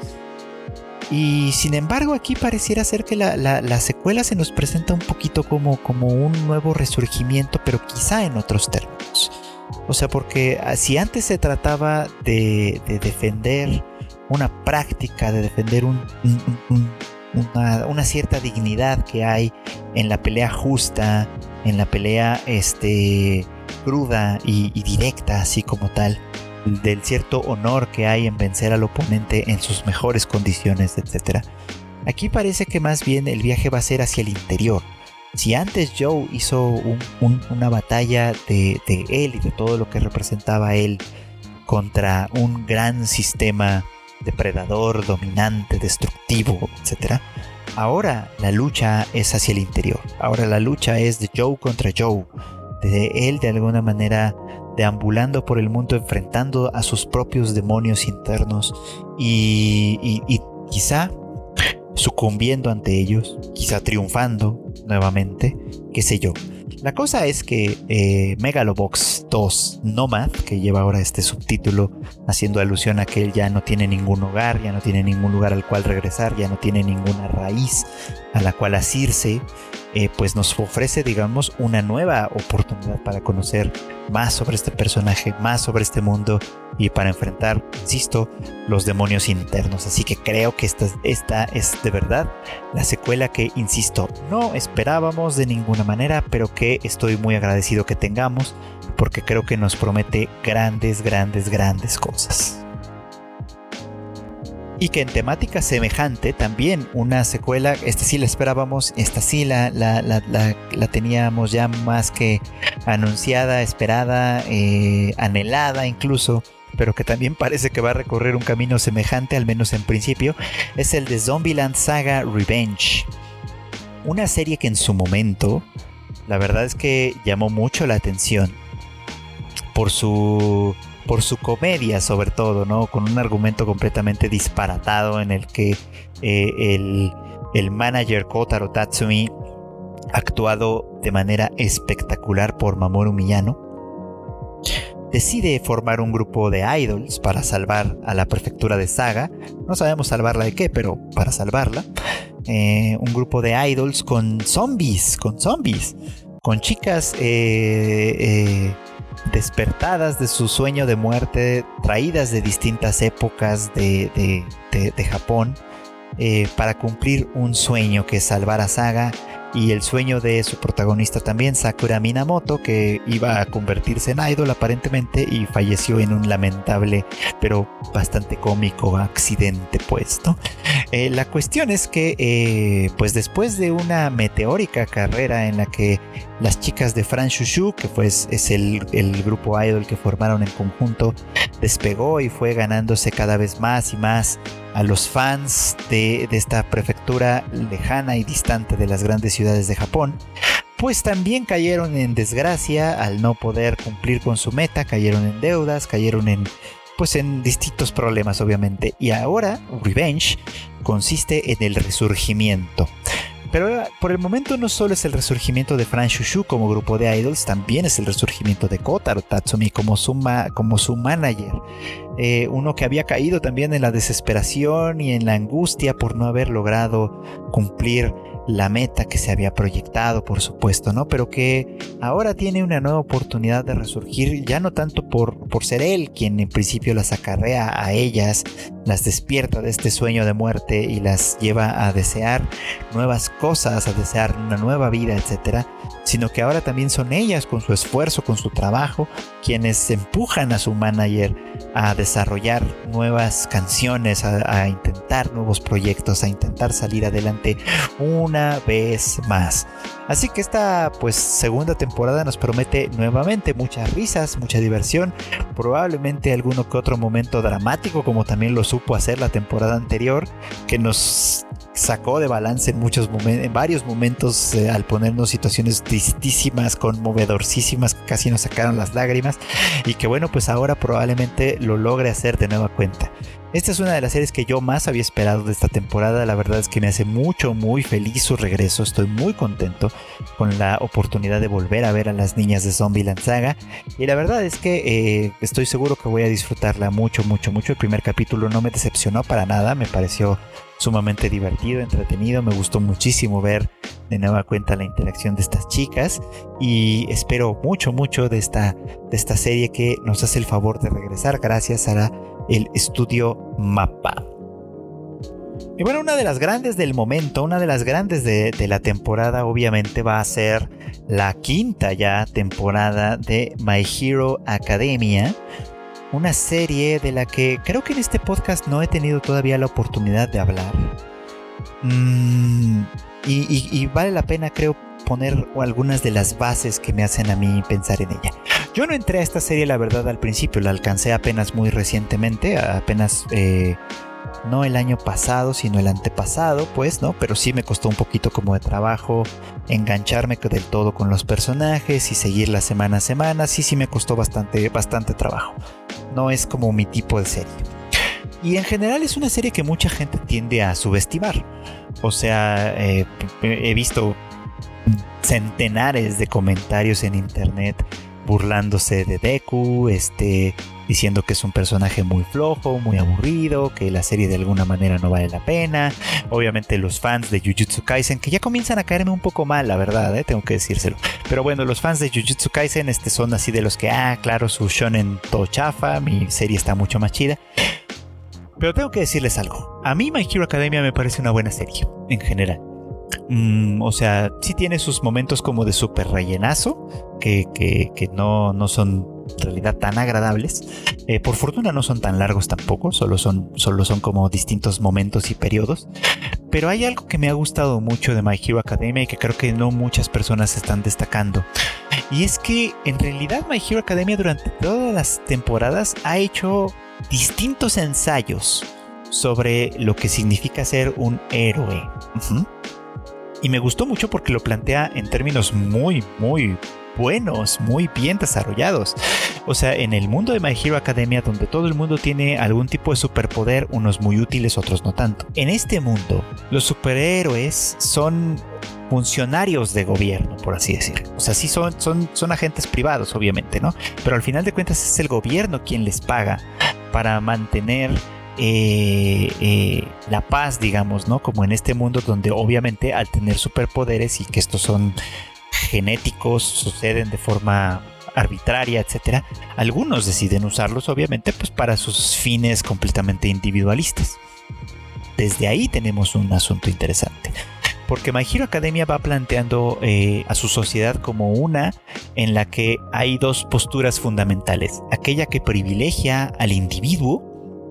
Y sin embargo aquí pareciera ser que la, la, la secuela se nos presenta un poquito como, como un nuevo resurgimiento, pero quizá en otros términos. O sea, porque si antes se trataba de, de defender una práctica, de defender un, un, un, una, una cierta dignidad que hay en la pelea justa, en la pelea este, cruda y, y directa, así como tal, del cierto honor que hay en vencer al oponente en sus mejores condiciones, etcétera. Aquí parece que más bien el viaje va a ser hacia el interior. Si antes Joe hizo un, un, una batalla de, de él y de todo lo que representaba él contra un gran sistema depredador, dominante, destructivo, etcétera, ahora la lucha es hacia el interior. Ahora la lucha es de Joe contra Joe, de él de alguna manera deambulando por el mundo, enfrentando a sus propios demonios internos y, y, y quizá sucumbiendo ante ellos, quizá triunfando nuevamente, qué sé yo. La cosa es que eh, Megalobox dos Nomad, que lleva ahora este subtítulo haciendo alusión a que él ya no tiene ningún hogar, ya no tiene ningún lugar al cual regresar, ya no tiene ninguna raíz a la cual asirse, eh, pues nos ofrece, digamos, una nueva oportunidad para conocer más sobre este personaje, más sobre este mundo y para enfrentar, insisto, los demonios internos. Así que creo que esta, esta es de verdad la secuela que, insisto, no esperábamos de ninguna manera, pero que estoy muy agradecido que tengamos, porque creo que nos promete grandes, grandes, grandes cosas. Y que en temática semejante también una secuela, esta sí la esperábamos, esta sí la, la, la, la, la teníamos ya más que anunciada, esperada, eh, anhelada incluso, pero que también parece que va a recorrer un camino semejante, al menos en principio, es el de Zombieland Saga Revenge. Una serie que en su momento, la verdad es que llamó mucho la atención por su... por su comedia sobre todo, ¿no? Con un argumento completamente disparatado en el que eh, el, el manager Kotaro Tatsumi, actuado de manera espectacular por Mamoru Miyano, decide formar un grupo de idols para salvar a la prefectura de Saga. No sabemos salvarla de qué, pero para salvarla. Eh, un grupo de idols con zombies, con zombies, con chicas eh, eh, despertadas de su sueño de muerte, traídas de distintas épocas de, de, de, de Japón, eh, para cumplir un sueño que es salvar a Saga, y el sueño de su protagonista también, Sakura Minamoto, que iba a convertirse en idol aparentemente y falleció en un lamentable pero bastante cómico accidente, pues, ¿no? Eh, la cuestión es que eh, pues después de una meteórica carrera en la que las chicas de Fran Shushu, que pues es el, el grupo idol que formaron en conjunto, despegó y fue ganándose cada vez más y más a los fans de, de esta prefectura lejana y distante de las grandes ciudades de Japón, pues también cayeron en desgracia al no poder cumplir con su meta, cayeron en deudas, cayeron en pues en distintos problemas obviamente, y ahora Revenge consiste en el resurgimiento. Pero por el momento no solo es el resurgimiento de Fran Shushu como grupo de idols, también es el resurgimiento de Kotaro Tatsumi como su, ma- como su manager. Eh, uno que había caído también en la desesperación y en la angustia por no haber logrado cumplir la meta que se había proyectado, por supuesto, ¿no? Pero que ahora tiene una nueva oportunidad de resurgir, ya no tanto por, por ser él quien en principio las acarrea a ellas, las despierta de este sueño de muerte y las lleva a desear nuevas cosas, a desear una nueva vida, etcétera, sino que ahora también son ellas, con su esfuerzo, con su trabajo, quienes empujan a su manager a desarrollar nuevas canciones, a, a intentar nuevos proyectos, a intentar salir adelante una vez más. Así que esta pues segunda temporada nos promete nuevamente muchas risas, mucha diversión, probablemente alguno que otro momento dramático, como también lo supo hacer la temporada anterior, que nos sacó de balance en muchos momentos, en varios momentos, eh, al ponernos situaciones tristísimas, conmovedorcísimas, que casi nos sacaron las lágrimas, y que bueno, pues ahora probablemente lo logre hacer de nueva cuenta. Esta es una de las series que yo más había esperado de esta temporada. La verdad es que me hace mucho, muy feliz su regreso. Estoy muy contento con la oportunidad de volver a ver a las niñas de Zombieland Saga. Y la verdad es que eh, estoy seguro que voy a disfrutarla mucho, mucho, mucho. El primer capítulo no me decepcionó para nada. Me pareció sumamente divertido, entretenido. Me gustó muchísimo ver de nueva cuenta la interacción de estas chicas. Y espero mucho, mucho de esta, de esta serie que nos hace el favor de regresar gracias a la el estudio Mappa. Y bueno, una de las grandes del momento, una de las grandes de, de la temporada, obviamente va a ser la quinta ya temporada de My Hero Academia, una serie de la que creo que en este podcast no he tenido todavía la oportunidad de hablar. Mm, y, y, y vale la pena, creo, poner algunas de las bases que me hacen a mí pensar en ella. Yo no entré a esta serie, la verdad, al principio, la alcancé apenas muy recientemente, apenas eh, no el año pasado, sino el antepasado, pues, ¿no? Pero sí me costó un poquito como de trabajo engancharme del todo con los personajes y seguirla semana a semana. Sí, sí me costó bastante, bastante trabajo. No es como mi tipo de serie. Y en general es una serie que mucha gente tiende a subestimar. O sea, eh, he visto centenares de comentarios en internet burlándose de Deku, este, diciendo que es un personaje muy flojo, muy aburrido, que la serie de alguna manera no vale la pena. Obviamente los fans de Jujutsu Kaisen, que ya comienzan a caerme un poco mal, la verdad, ¿eh? Tengo que decírselo. Pero bueno, los fans de Jujutsu Kaisen este, son así de los que, ah, claro, su shonen todo chafa, mi serie está mucho más chida. Pero tengo que decirles algo. A mí My Hero Academia me parece una buena serie, en general. Mm, o sea, sí tiene sus momentos como de súper rellenazo, que, que, que no, no son en realidad tan agradables. Eh, por fortuna no son tan largos tampoco, solo son, solo son como distintos momentos y periodos. Pero hay algo que me ha gustado mucho de My Hero Academia y que creo que no muchas personas están destacando. Y es que en realidad My Hero Academia durante todas las temporadas ha hecho distintos ensayos sobre lo que significa ser un héroe. Uh-huh. Y me gustó mucho porque lo plantea en términos muy, muy buenos, muy bien desarrollados. O sea, en el mundo de My Hero Academia, donde todo el mundo tiene algún tipo de superpoder, unos muy útiles, otros no tanto. En este mundo, los superhéroes son funcionarios de gobierno, por así decirlo. O sea, sí son, son, son agentes privados, obviamente, ¿no? Pero al final de cuentas es el gobierno quien les paga para mantener Eh, eh, la paz, digamos, ¿no? Como en este mundo donde obviamente al tener superpoderes y que estos son genéticos, suceden de forma arbitraria, etcétera, algunos deciden usarlos obviamente pues para sus fines completamente individualistas. Desde ahí tenemos un asunto interesante, porque My Hero Academia va planteando eh, a su sociedad como una en la que hay dos posturas fundamentales: aquella que privilegia al individuo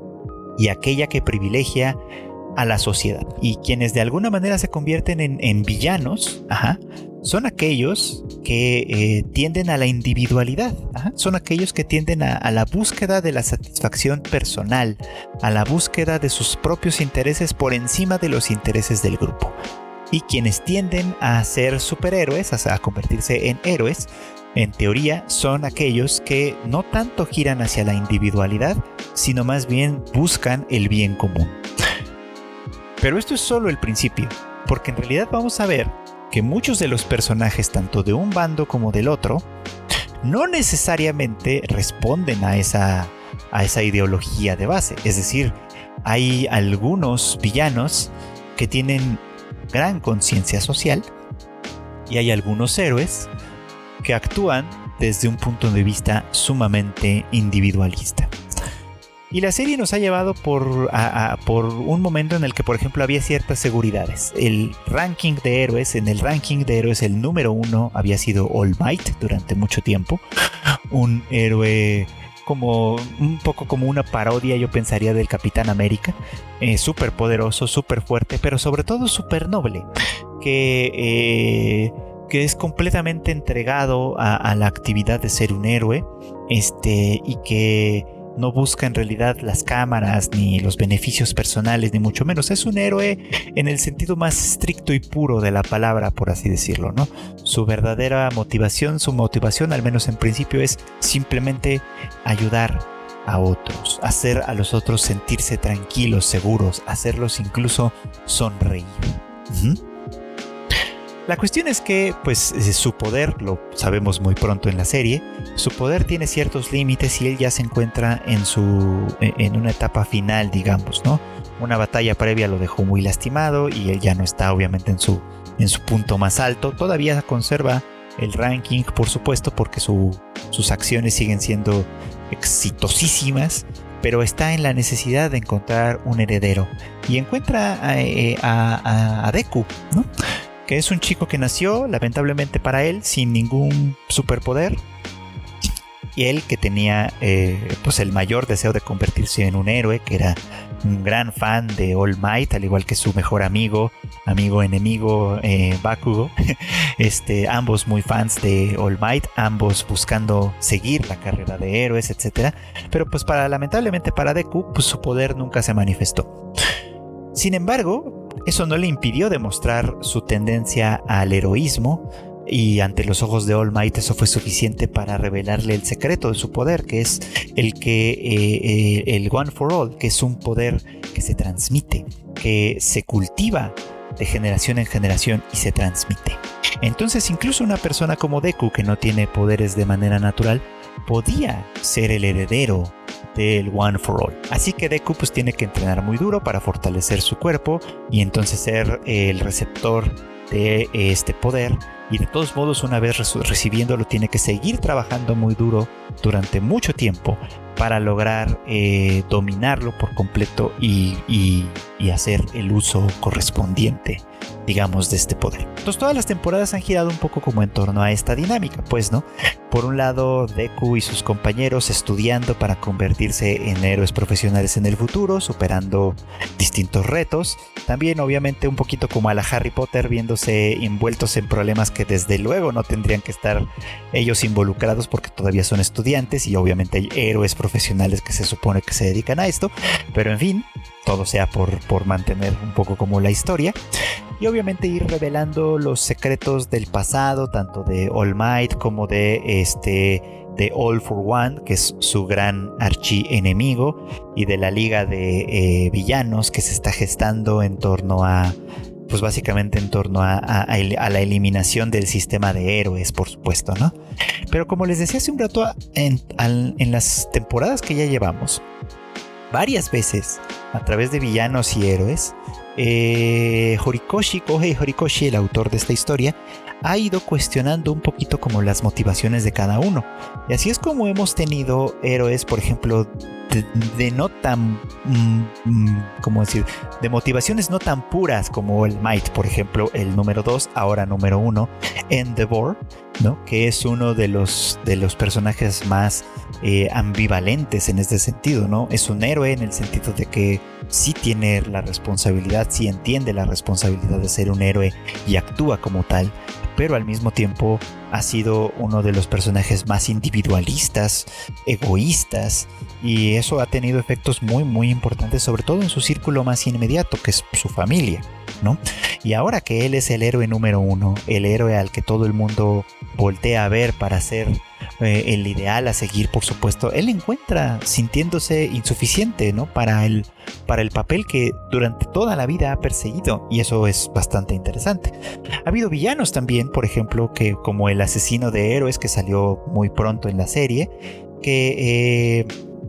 y aquella que privilegia a la sociedad. Y quienes de alguna manera se convierten en, en villanos, ajá, son aquellos que eh, tienden a la individualidad, ajá, son aquellos que tienden a, a la búsqueda de la satisfacción personal, a la búsqueda de sus propios intereses por encima de los intereses del grupo. Y quienes tienden a ser superhéroes, a, a convertirse en héroes, en teoría son aquellos que no tanto giran hacia la individualidad, sino más bien buscan el bien común. Pero esto es solo el principio, porque en realidad vamos a ver que muchos de los personajes, tanto de un bando como del otro, no necesariamente responden a esa, a esa ideología de base. Es decir, hay algunos villanos que tienen gran conciencia social y hay algunos héroes que actúan desde un punto de vista sumamente individualista. Y la serie nos ha llevado por, a, a, por un momento en el que, por ejemplo, había ciertas seguridades. El ranking de héroes, en el ranking de héroes el número uno había sido All Might durante mucho tiempo. Un héroe como un poco como una parodia, yo pensaría, del Capitán América. Eh, súper poderoso, súper fuerte, pero sobre todo súper noble. Que... Eh, que es completamente entregado a, a la actividad de ser un héroe, este, y que no busca en realidad las cámaras ni los beneficios personales, ni mucho menos. Es un héroe en el sentido más estricto y puro de la palabra, por así decirlo, ¿no? Su verdadera motivación, su motivación, al menos en principio, es simplemente ayudar a otros, hacer a los otros sentirse tranquilos, seguros, hacerlos incluso sonreír. ¿Mm? La cuestión es que, pues, su poder, lo sabemos muy pronto en la serie, su poder tiene ciertos límites y él ya se encuentra en su, en una etapa final, digamos, ¿no? Una batalla previa lo dejó muy lastimado y él ya no está, obviamente, en su, en su punto más alto. Todavía conserva el ranking, por supuesto, porque su, sus acciones siguen siendo exitosísimas, pero está en la necesidad de encontrar un heredero y encuentra a, a, a Deku, ¿no? Que es un chico que nació, lamentablemente para él, sin ningún superpoder. Y él que tenía eh, pues el mayor deseo de convertirse en un héroe, que era un gran fan de All Might, al igual que su mejor amigo, amigo enemigo eh, Bakugo. este, ambos muy fans de All Might, ambos buscando seguir la carrera de héroes, etcétera. Pero pues para, lamentablemente para Deku, pues su poder nunca se manifestó. Sin embargo, eso no le impidió demostrar su tendencia al heroísmo, y ante los ojos de All Might eso fue suficiente para revelarle el secreto de su poder, que es el que eh, eh, el One for All, que es un poder que se transmite, que se cultiva de generación en generación y se transmite. Entonces incluso una persona como Deku, que no tiene poderes de manera natural, podía ser el heredero del One for All. Así que Deku pues tiene que entrenar muy duro para fortalecer su cuerpo y entonces ser el receptor de este poder, y de todos modos una vez recibiéndolo tiene que seguir trabajando muy duro durante mucho tiempo para lograr eh, dominarlo por completo y, y, y hacer el uso correspondiente, digamos, de este poder. Entonces todas las temporadas han girado un poco como en torno a esta dinámica, pues, ¿no? Por un lado, Deku y sus compañeros estudiando para convertirse en héroes profesionales en el futuro, superando distintos retos. También, obviamente, un poquito como a la Harry Potter, viéndose envueltos en problemas que desde luego no tendrían que estar ellos involucrados porque todavía son estudiantes y obviamente hay héroes profesionales que se supone que se dedican a esto. Pero en fin, todo sea por, por mantener un poco como la historia. Y obviamente ir revelando los secretos del pasado, tanto de All Might como de este de All for One, que es su gran archienemigo, y de la liga de eh, villanos que se está gestando en torno a, pues básicamente en torno a, a, a la eliminación del sistema de héroes, por supuesto, ¿no? Pero como les decía hace un rato, en, en las temporadas que ya llevamos, varias veces, a través de villanos y héroes, eh, Horikoshi, Kohei Horikoshi, el autor de esta historia, ha ido cuestionando un poquito como las motivaciones de cada uno. Y así es como hemos tenido héroes, por ejemplo, de, de no tan, mm, ¿cómo decir? De motivaciones no tan puras como el Might, por ejemplo, el número dos, ahora número uno, Endeavor, ¿no? Que es uno de los, de los personajes más eh, ambivalentes en este sentido, ¿no? Es un héroe en el sentido de que sí tiene la responsabilidad, sí entiende la responsabilidad de ser un héroe y actúa como tal, pero al mismo tiempo ha sido uno de los personajes más individualistas, egoístas, y eso ha tenido efectos muy muy importantes, sobre todo en su círculo más inmediato, que es su familia, ¿no? Y ahora que él es el héroe número uno, el héroe al que todo el mundo voltea a ver para ser eh, el ideal a seguir, por supuesto, él encuentra sintiéndose insuficiente, ¿no? Para el, para el papel que durante toda la vida ha perseguido, y eso es bastante interesante. Ha habido villanos también, por ejemplo, que como el asesino de héroes, que salió muy pronto en la serie, que... Eh,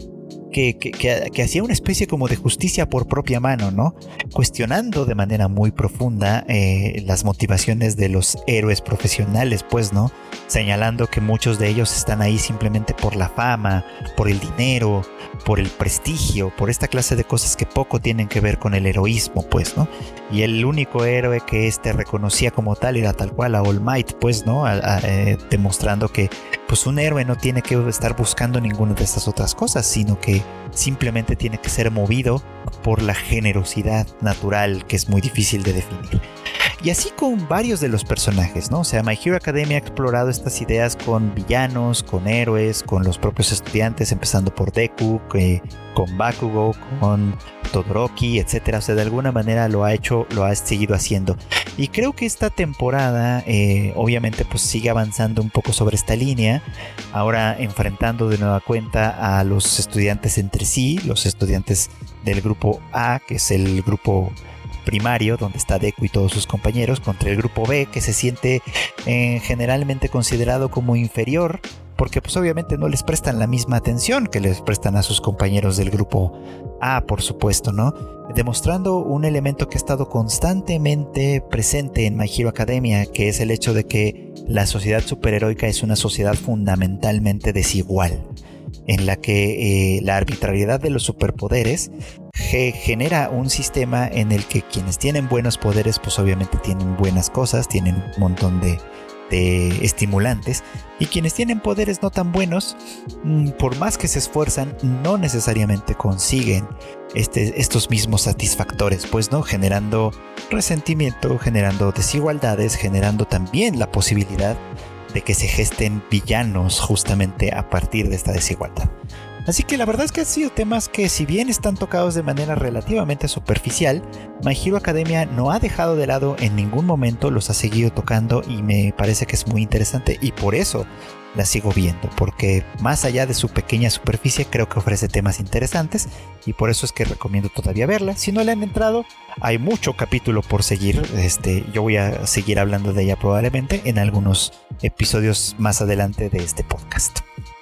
Que, que, que, que hacía una especie como de justicia por propia mano, ¿no? Cuestionando de manera muy profunda eh, las motivaciones de los héroes profesionales, pues, ¿no? Señalando que muchos de ellos están ahí simplemente por la fama, por el dinero, por el prestigio, por esta clase de cosas que poco tienen que ver con el heroísmo, pues, ¿no? Y el único héroe que este reconocía como tal era tal cual a All Might, pues, ¿no? A, a, eh, demostrando que, pues, un héroe no tiene que estar buscando ninguna de estas otras cosas, sino que simplemente tiene que ser movido por la generosidad natural, que es muy difícil de definir. Y así con varios de los personajes, ¿no? O sea, My Hero Academia ha explorado estas ideas con villanos, con héroes, con los propios estudiantes, empezando por Deku, eh, con Bakugo, con Todoroki, etcétera. O sea, de alguna manera lo ha hecho, lo ha seguido haciendo. Y creo que esta temporada, eh, obviamente, pues sigue avanzando un poco sobre esta línea. Ahora enfrentando de nueva cuenta a los estudiantes entre sí, los estudiantes del grupo A, que es el grupo primario, donde está Deku y todos sus compañeros, contra el grupo B, que se siente eh, generalmente considerado como inferior, porque pues obviamente no les prestan la misma atención que les prestan a sus compañeros del grupo A, por supuesto, ¿no? Demostrando un elemento que ha estado constantemente presente en My Hero Academia, que es el hecho de que la sociedad superheroica es una sociedad fundamentalmente desigual, en la que eh, la arbitrariedad de los superpoderes ge- genera un sistema en el que quienes tienen buenos poderes pues obviamente tienen buenas cosas, tienen un montón de, de estimulantes, y quienes tienen poderes no tan buenos, mmm, por más que se esfuerzan, no necesariamente consiguen este, estos mismos satisfactores, pues, ¿no? Generando resentimiento, generando desigualdades, generando también la posibilidad de que se gesten villanos justamente a partir de esta desigualdad. Así que la verdad es que han sido temas que, si bien están tocados de manera relativamente superficial, My Hero Academia no ha dejado de lado en ningún momento, los ha seguido tocando y me parece que es muy interesante, y por eso la sigo viendo, porque más allá de su pequeña superficie creo que ofrece temas interesantes y por eso es que recomiendo todavía verla. Si no le han entrado, hay mucho capítulo por seguir. Este, yo voy a seguir hablando de ella probablemente en algunos episodios más adelante de este podcast.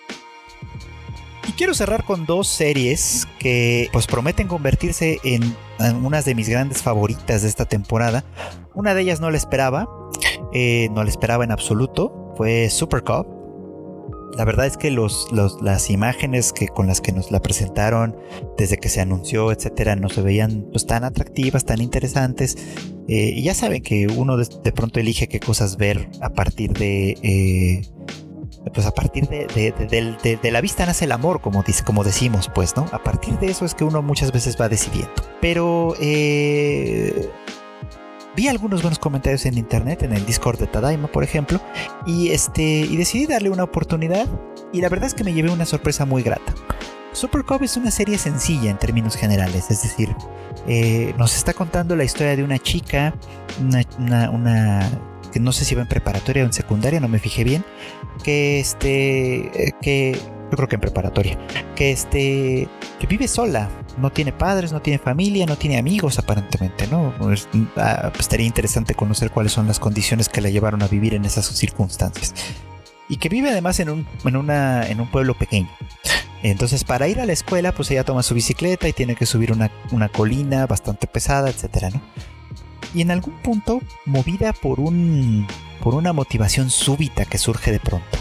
Y quiero cerrar con dos series que pues prometen convertirse en, en unas de mis grandes favoritas de esta temporada. Una de ellas no la esperaba, eh, no la esperaba en absoluto, fue Super Cop. La verdad es que los, los, las imágenes que, con las que nos la presentaron desde que se anunció, etcétera, no se veían pues, tan atractivas, tan interesantes. Eh, y ya saben que uno de, de pronto elige qué cosas ver a partir de... Eh, pues a partir de, de, de, de, de, de la vista nace el amor, como, dice, como decimos, pues, ¿no? A partir de eso es que uno muchas veces va decidiendo. Pero eh, vi algunos buenos comentarios en internet, en el Discord de Tadaima, por ejemplo, y, este, y decidí darle una oportunidad, y la verdad es que me llevé una sorpresa muy grata. Super Cop es una serie sencilla en términos generales, es decir, eh, nos está contando la historia de una chica, una... una, una que no sé si va en preparatoria o en secundaria, no me fijé bien, que este, que yo creo que en preparatoria, que este, que vive sola, no tiene padres, no tiene familia, no tiene amigos aparentemente, ¿no? Pues, ah, pues estaría interesante conocer cuáles son las condiciones que la llevaron a vivir en esas circunstancias. Y que vive además en un, en una, en un pueblo pequeño. Entonces, para ir a la escuela, pues ella toma su bicicleta y tiene que subir una, una colina bastante pesada, etcétera, ¿no? Y en algún punto, movida por un por una motivación súbita que surge de pronto,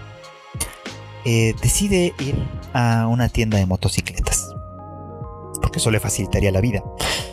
eh, decide ir a una tienda de motocicletas, porque eso le facilitaría la vida.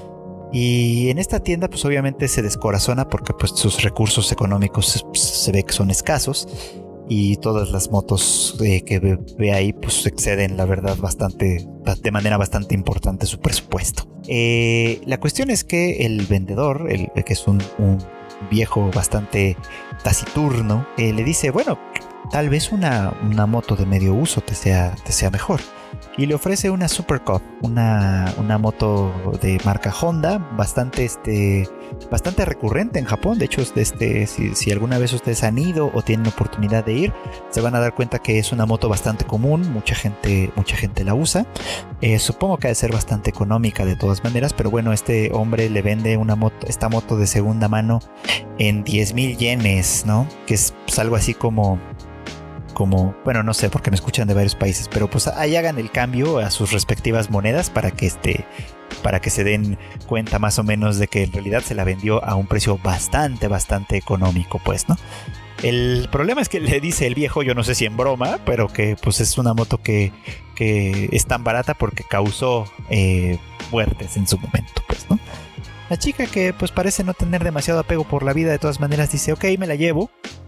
Y en esta tienda, pues obviamente se descorazona porque pues sus recursos económicos se, se ve que son escasos, y todas las motos eh, que ve, ve ahí pues exceden, la verdad, bastante, de manera bastante importante su presupuesto. Eh, la cuestión es que el vendedor, el, el que es un, un viejo bastante taciturno, eh, le dice, bueno, tal vez una, una moto de medio uso te sea, te sea mejor. Y le ofrece una Super Cop, una, una moto de marca Honda, bastante, este, bastante recurrente en Japón. De hecho, este, si, si alguna vez ustedes han ido o tienen oportunidad de ir, se van a dar cuenta que es una moto bastante común, mucha gente, mucha gente la usa. Eh, supongo que ha de ser bastante económica de todas maneras, pero bueno, este hombre le vende una moto, esta moto de segunda mano en diez mil yenes, ¿no? Que es pues, algo así como... como, bueno, no sé, porque me escuchan de varios países, pero pues ahí hagan el cambio a sus respectivas monedas para que este, para que se den cuenta más o menos de que en realidad se la vendió a un precio bastante, bastante económico, pues, ¿no? El problema es que le dice el viejo, yo no sé si en broma, pero que pues es una moto que, que es tan barata porque causó eh, muertes en su momento, pues, ¿no? La chica, que pues parece no tener demasiado apego por la vida, de todas maneras dice, ok, me la llevo.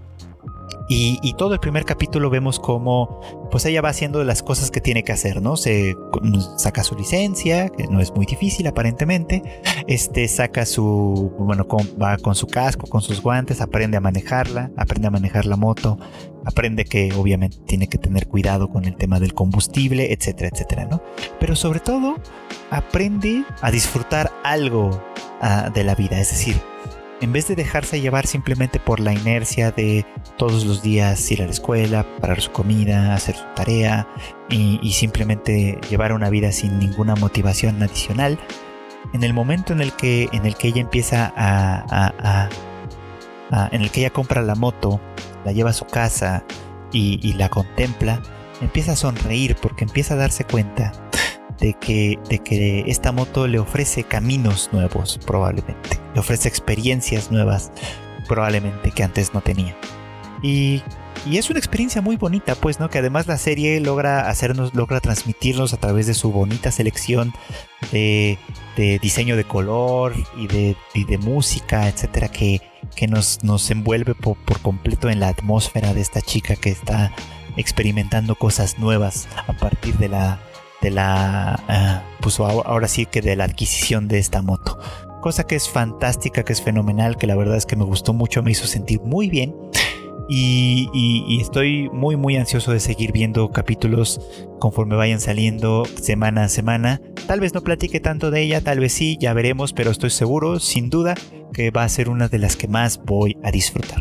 Y, y todo el primer capítulo vemos cómo pues ella va haciendo las cosas que tiene que hacer, ¿no? Se saca su licencia, que no es muy difícil aparentemente. Este saca su, bueno, con, va con su casco, con sus guantes, aprende a manejarla, aprende a manejar la moto, aprende que obviamente tiene que tener cuidado con el tema del combustible, etcétera, etcétera, ¿no? Pero sobre todo aprende a disfrutar algo uh, de la vida, es decir, en vez de dejarse llevar simplemente por la inercia de todos los días ir a la escuela, preparar su comida, hacer su tarea y, y simplemente llevar una vida sin ninguna motivación adicional, en el momento en el que, en el que ella empieza a, a, a, a en el que ella compra la moto, la lleva a su casa y, y la contempla, empieza a sonreír porque empieza a darse cuenta de que, de que esta moto le ofrece caminos nuevos, probablemente. Le ofrece experiencias nuevas, probablemente, que antes no tenía. Y, y es una experiencia muy bonita, pues, ¿no? Que además la serie logra hacernos, logra transmitirnos a través de su bonita selección de, de diseño de color y de, y de música, etcétera, que, que nos, nos envuelve por, por completo en la atmósfera de esta chica que está experimentando cosas nuevas a partir de la de la uh, pues ahora sí que de la adquisición de esta moto, cosa que es fantástica, que es fenomenal, que la verdad es que me gustó mucho, me hizo sentir muy bien. Y, y, y estoy muy muy ansioso de seguir viendo capítulos conforme vayan saliendo semana a semana. Tal vez no platique tanto de ella, tal vez sí, ya veremos, pero estoy seguro, sin duda, que va a ser una de las que más voy a disfrutar.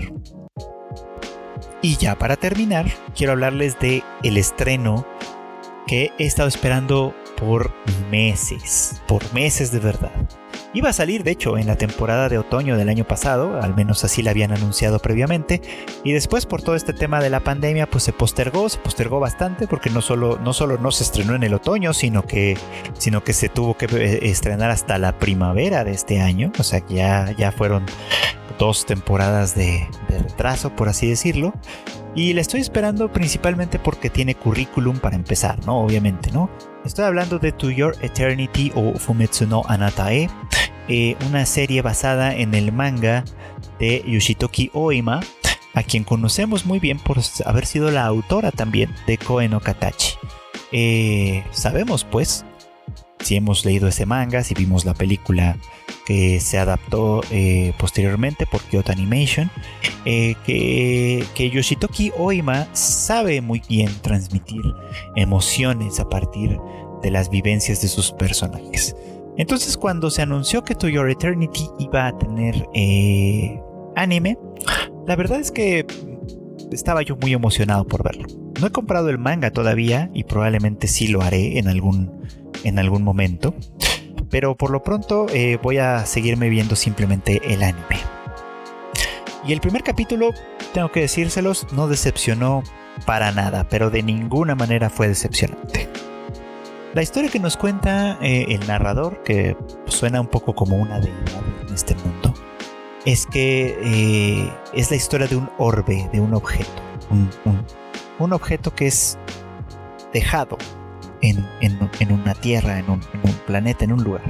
Y ya para terminar, quiero hablarles de el estreno que he estado esperando por meses, por meses de verdad. Iba a salir, de hecho, en la temporada de otoño del año pasado, al menos así la habían anunciado previamente, y después por todo este tema de la pandemia, pues se postergó, se postergó bastante, porque no solo no, solo no se estrenó en el otoño, sino que, sino que se tuvo que estrenar hasta la primavera de este año, o sea que ya, ya fueron dos temporadas de, de retraso, por así decirlo. Y la estoy esperando principalmente porque tiene currículum para empezar, ¿no? Obviamente, ¿no? Estoy hablando de To Your Eternity o Fumetsu no Anatae, eh, una serie basada en el manga de Yoshitoki Oima, a quien conocemos muy bien por haber sido la autora también de Koe no Katachi. Eh, sabemos, pues, si hemos leído ese manga, si vimos la película que se adaptó eh, posteriormente por Kyoto Animation, eh, que, que Yoshitoki Oima sabe muy bien transmitir emociones a partir de las vivencias de sus personajes. Entonces, cuando se anunció que To Your Eternity iba a tener eh, anime, la verdad es que estaba yo muy emocionado por verlo. No he comprado el manga todavía y probablemente sí lo haré en algún, en algún momento, pero por lo pronto eh, voy a seguirme viendo simplemente el anime. Y el primer capítulo, tengo que decírselos, no decepcionó para nada, pero de ninguna manera fue decepcionante. La historia que nos cuenta eh, el narrador, que suena un poco como una deidad en este mundo, es que eh, es la historia de un orbe, de un objeto, un, un, un objeto que es dejado en, en, en una tierra, en un, en un planeta, en un lugar.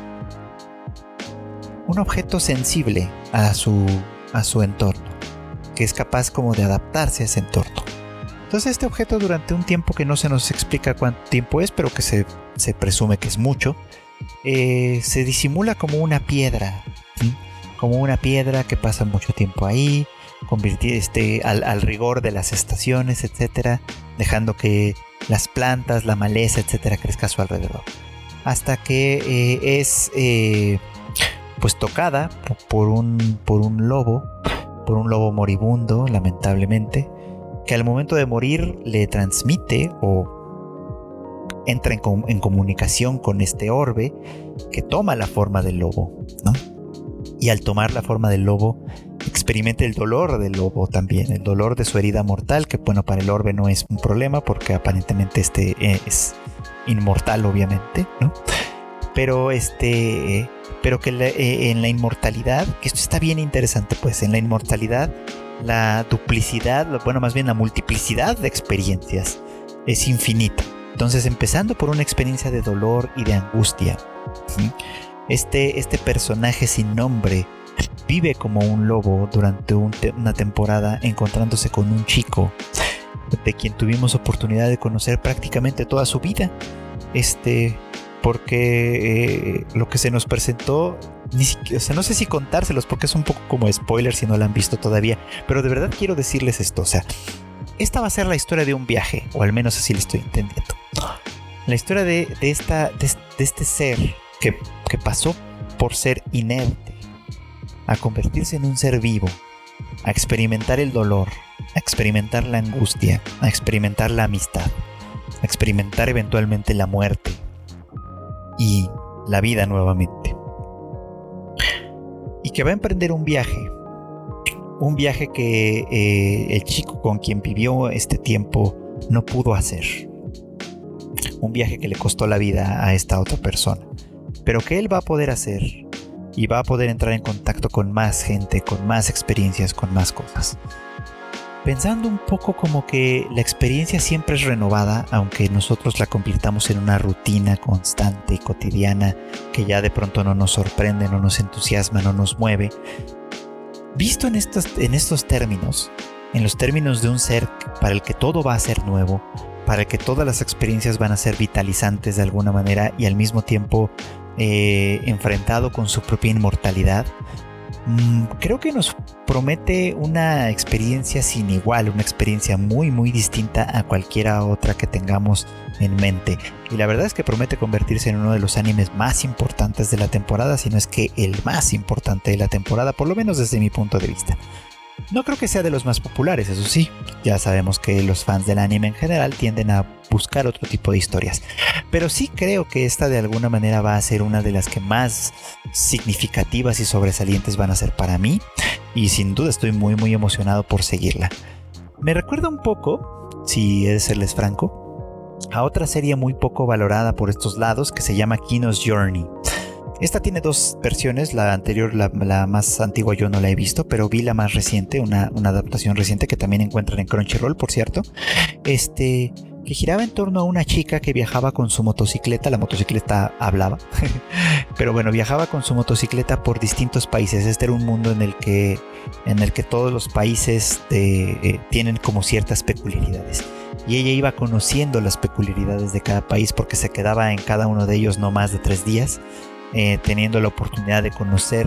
Un objeto sensible a su, a su entorno, que es capaz como de adaptarse a ese entorno. Entonces este objeto, durante un tiempo que no se nos explica cuánto tiempo es, pero que se, se presume que es mucho, eh, se disimula como una piedra, ¿sí? Como una piedra que pasa mucho tiempo ahí, convertir este, al, al rigor de las estaciones, etcétera, dejando que las plantas, la maleza, etcétera, crezca a su alrededor, hasta que eh, es eh, pues tocada por un, por un lobo, por un lobo moribundo, lamentablemente, que al momento de morir le transmite o entra en, com- en comunicación con este orbe que toma la forma del lobo, ¿no? Y al tomar la forma del lobo experimenta el dolor del lobo también, el dolor de su herida mortal, que bueno, para el orbe no es un problema porque aparentemente este es inmortal, obviamente, ¿no? Pero este, pero que la, eh, en la inmortalidad, que esto está bien interesante, pues en la inmortalidad la duplicidad, bueno, más bien la multiplicidad de experiencias es infinita. Entonces, empezando por una experiencia de dolor y de angustia, ¿sí? este, este personaje sin nombre vive como un lobo durante un te- una temporada, encontrándose con un chico de quien tuvimos oportunidad de conocer prácticamente toda su vida, este, porque eh, lo que se nos presentó, ni siquiera, o sea, no sé si contárselos porque es un poco como spoiler si no la han visto todavía, pero de verdad quiero decirles esto, o sea, esta va a ser la historia de un viaje, o al menos así lo estoy entendiendo. La historia de, de, esta, de, de este ser que, que pasó por ser inerte a convertirse en un ser vivo, a experimentar el dolor, a experimentar la angustia, a experimentar la amistad, a experimentar eventualmente la muerte y la vida nuevamente. Y que va a emprender un viaje, un viaje que eh, el chico con quien vivió este tiempo no pudo hacer. Un viaje que le costó la vida a esta otra persona, pero que él va a poder hacer y va a poder entrar en contacto con más gente, con más experiencias, con más cosas. Pensando un poco como que la experiencia siempre es renovada, aunque nosotros la convirtamos en una rutina constante y cotidiana que ya de pronto no nos sorprende, no nos entusiasma, no nos mueve. Visto en estos, en estos términos, en los términos de un ser para el que todo va a ser nuevo, para el que todas las experiencias van a ser vitalizantes de alguna manera y al mismo tiempo eh, enfrentado con su propia inmortalidad, mmm, creo que nos promete una experiencia sin igual, una experiencia muy muy distinta a cualquiera otra que tengamos en mente. Y la verdad es que promete convertirse en uno de los animes más importantes de la temporada, si no es que el más importante de la temporada, por lo menos desde mi punto de vista. No creo que sea de los más populares, eso sí. Ya sabemos que los fans del anime en general tienden a buscar otro tipo de historias. Pero sí creo que esta de alguna manera va a ser una de las que más significativas y sobresalientes van a ser para mí. Y sin duda estoy muy muy emocionado por seguirla. Me recuerda un poco, si he de serles franco, a otra serie muy poco valorada por estos lados que se llama Kino's Journey. Esta tiene dos versiones, la anterior, la, la más antigua yo no la he visto, pero vi la más reciente, una, una adaptación reciente que también encuentran en Crunchyroll, por cierto, este, que giraba en torno a una chica que viajaba con su motocicleta, la motocicleta hablaba, pero bueno, viajaba con su motocicleta por distintos países. Este era un mundo en el que, en el que todos los países de, eh, tienen como ciertas peculiaridades. Y ella iba conociendo las peculiaridades de cada país porque se quedaba en cada uno de ellos no más de tres días. Eh, teniendo la oportunidad de conocer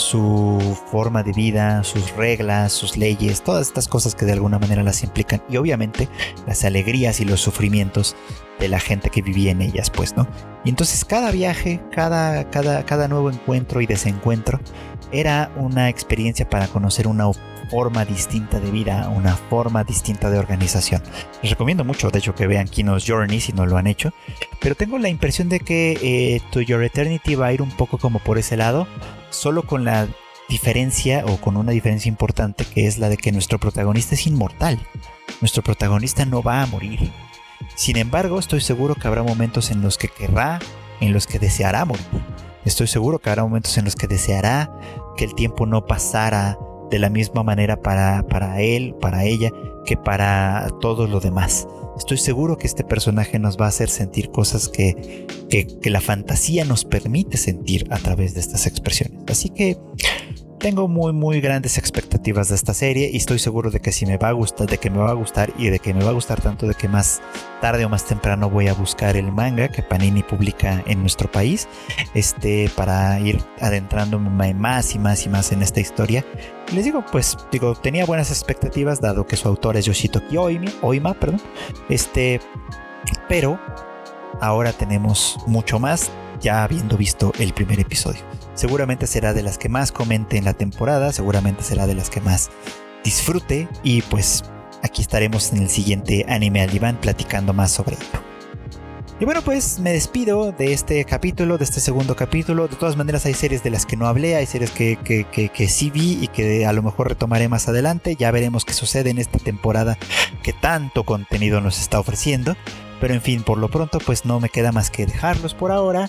su forma de vida, sus reglas, sus leyes, todas estas cosas que de alguna manera las implican, y obviamente las alegrías y los sufrimientos de la gente que vivía en ellas, pues, ¿no? Y entonces cada viaje, cada, cada, cada nuevo encuentro y desencuentro era una experiencia para conocer una forma distinta de vida, una forma distinta de organización. Les recomiendo mucho, de hecho, que vean Kino's Journey si no lo han hecho, pero tengo la impresión de que eh, To Your Eternity va a ir un poco como por ese lado, solo con la diferencia, o con una diferencia importante, que es la de que nuestro protagonista es inmortal. Nuestro protagonista no va a morir. Sin embargo, estoy seguro que habrá momentos en los que querrá, en los que deseará morir. Estoy seguro que habrá momentos en los que deseará que el tiempo no pasara de la misma manera para, para él, para ella, que para todo lo demás. Estoy seguro que este personaje nos va a hacer sentir cosas que, que, que la fantasía nos permite sentir a través de estas expresiones. Así que tengo muy muy grandes expectativas de esta serie y estoy seguro de que si me va a gustar, de que me va a gustar y de que me va a gustar tanto de que más tarde o más temprano voy a buscar el manga que Panini publica en nuestro país, este, para ir adentrándome más y más y más en esta historia. Les digo, pues, digo, tenía buenas expectativas dado que su autor es Yoshitoki Oima, Oima, perdón, este, pero ahora tenemos mucho más ya habiendo visto el primer episodio. Seguramente será de las que más comente en la temporada, seguramente será de las que más disfrute y pues aquí estaremos en el siguiente Anime al Diván platicando más sobre ello. Y bueno, pues me despido de este capítulo, de este segundo capítulo. De todas maneras hay series de las que no hablé, hay series que, que, que, que sí vi y que a lo mejor retomaré más adelante. Ya veremos qué sucede en esta temporada que tanto contenido nos está ofreciendo. Pero en fin, por lo pronto pues no me queda más que dejarlos por ahora.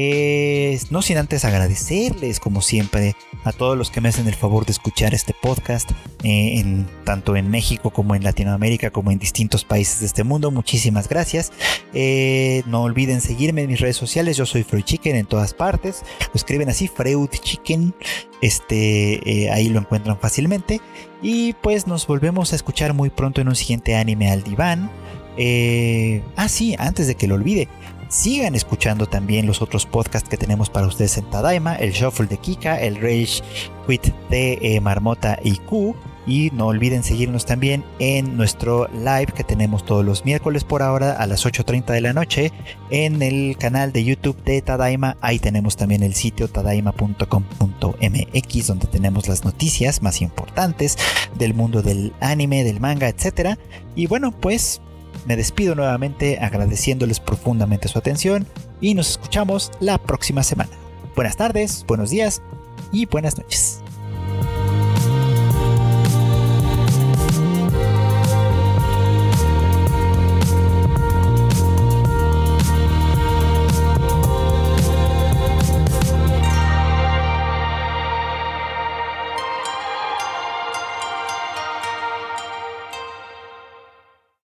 Eh, no sin antes agradecerles como siempre a todos los que me hacen el favor de escuchar este podcast, eh, en, tanto en México como en Latinoamérica como en distintos países de este mundo. Muchísimas gracias. Eh, no olviden seguirme en mis redes sociales. Yo soy Freud Chicken en todas partes. Lo escriben así, Freud Chicken. Este, eh, ahí lo encuentran fácilmente. Y pues nos volvemos a escuchar muy pronto en un siguiente Anime al Diván. Eh, ah sí, antes de que lo olvide, sigan escuchando también los otros podcasts que tenemos para ustedes en Tadaima, el Shuffle de Kika, el Rage Quit de eh, Marmota y Q, y no olviden seguirnos también en nuestro live que tenemos todos los miércoles por ahora a las ocho treinta de la noche en el canal de YouTube de Tadaima. Ahí tenemos también el sitio tadaima punto com punto m x donde tenemos las noticias más importantes del mundo del anime, del manga, etcétera. Y bueno, pues me despido nuevamente agradeciéndoles profundamente su atención y nos escuchamos la próxima semana. Buenas tardes, buenos días y buenas noches.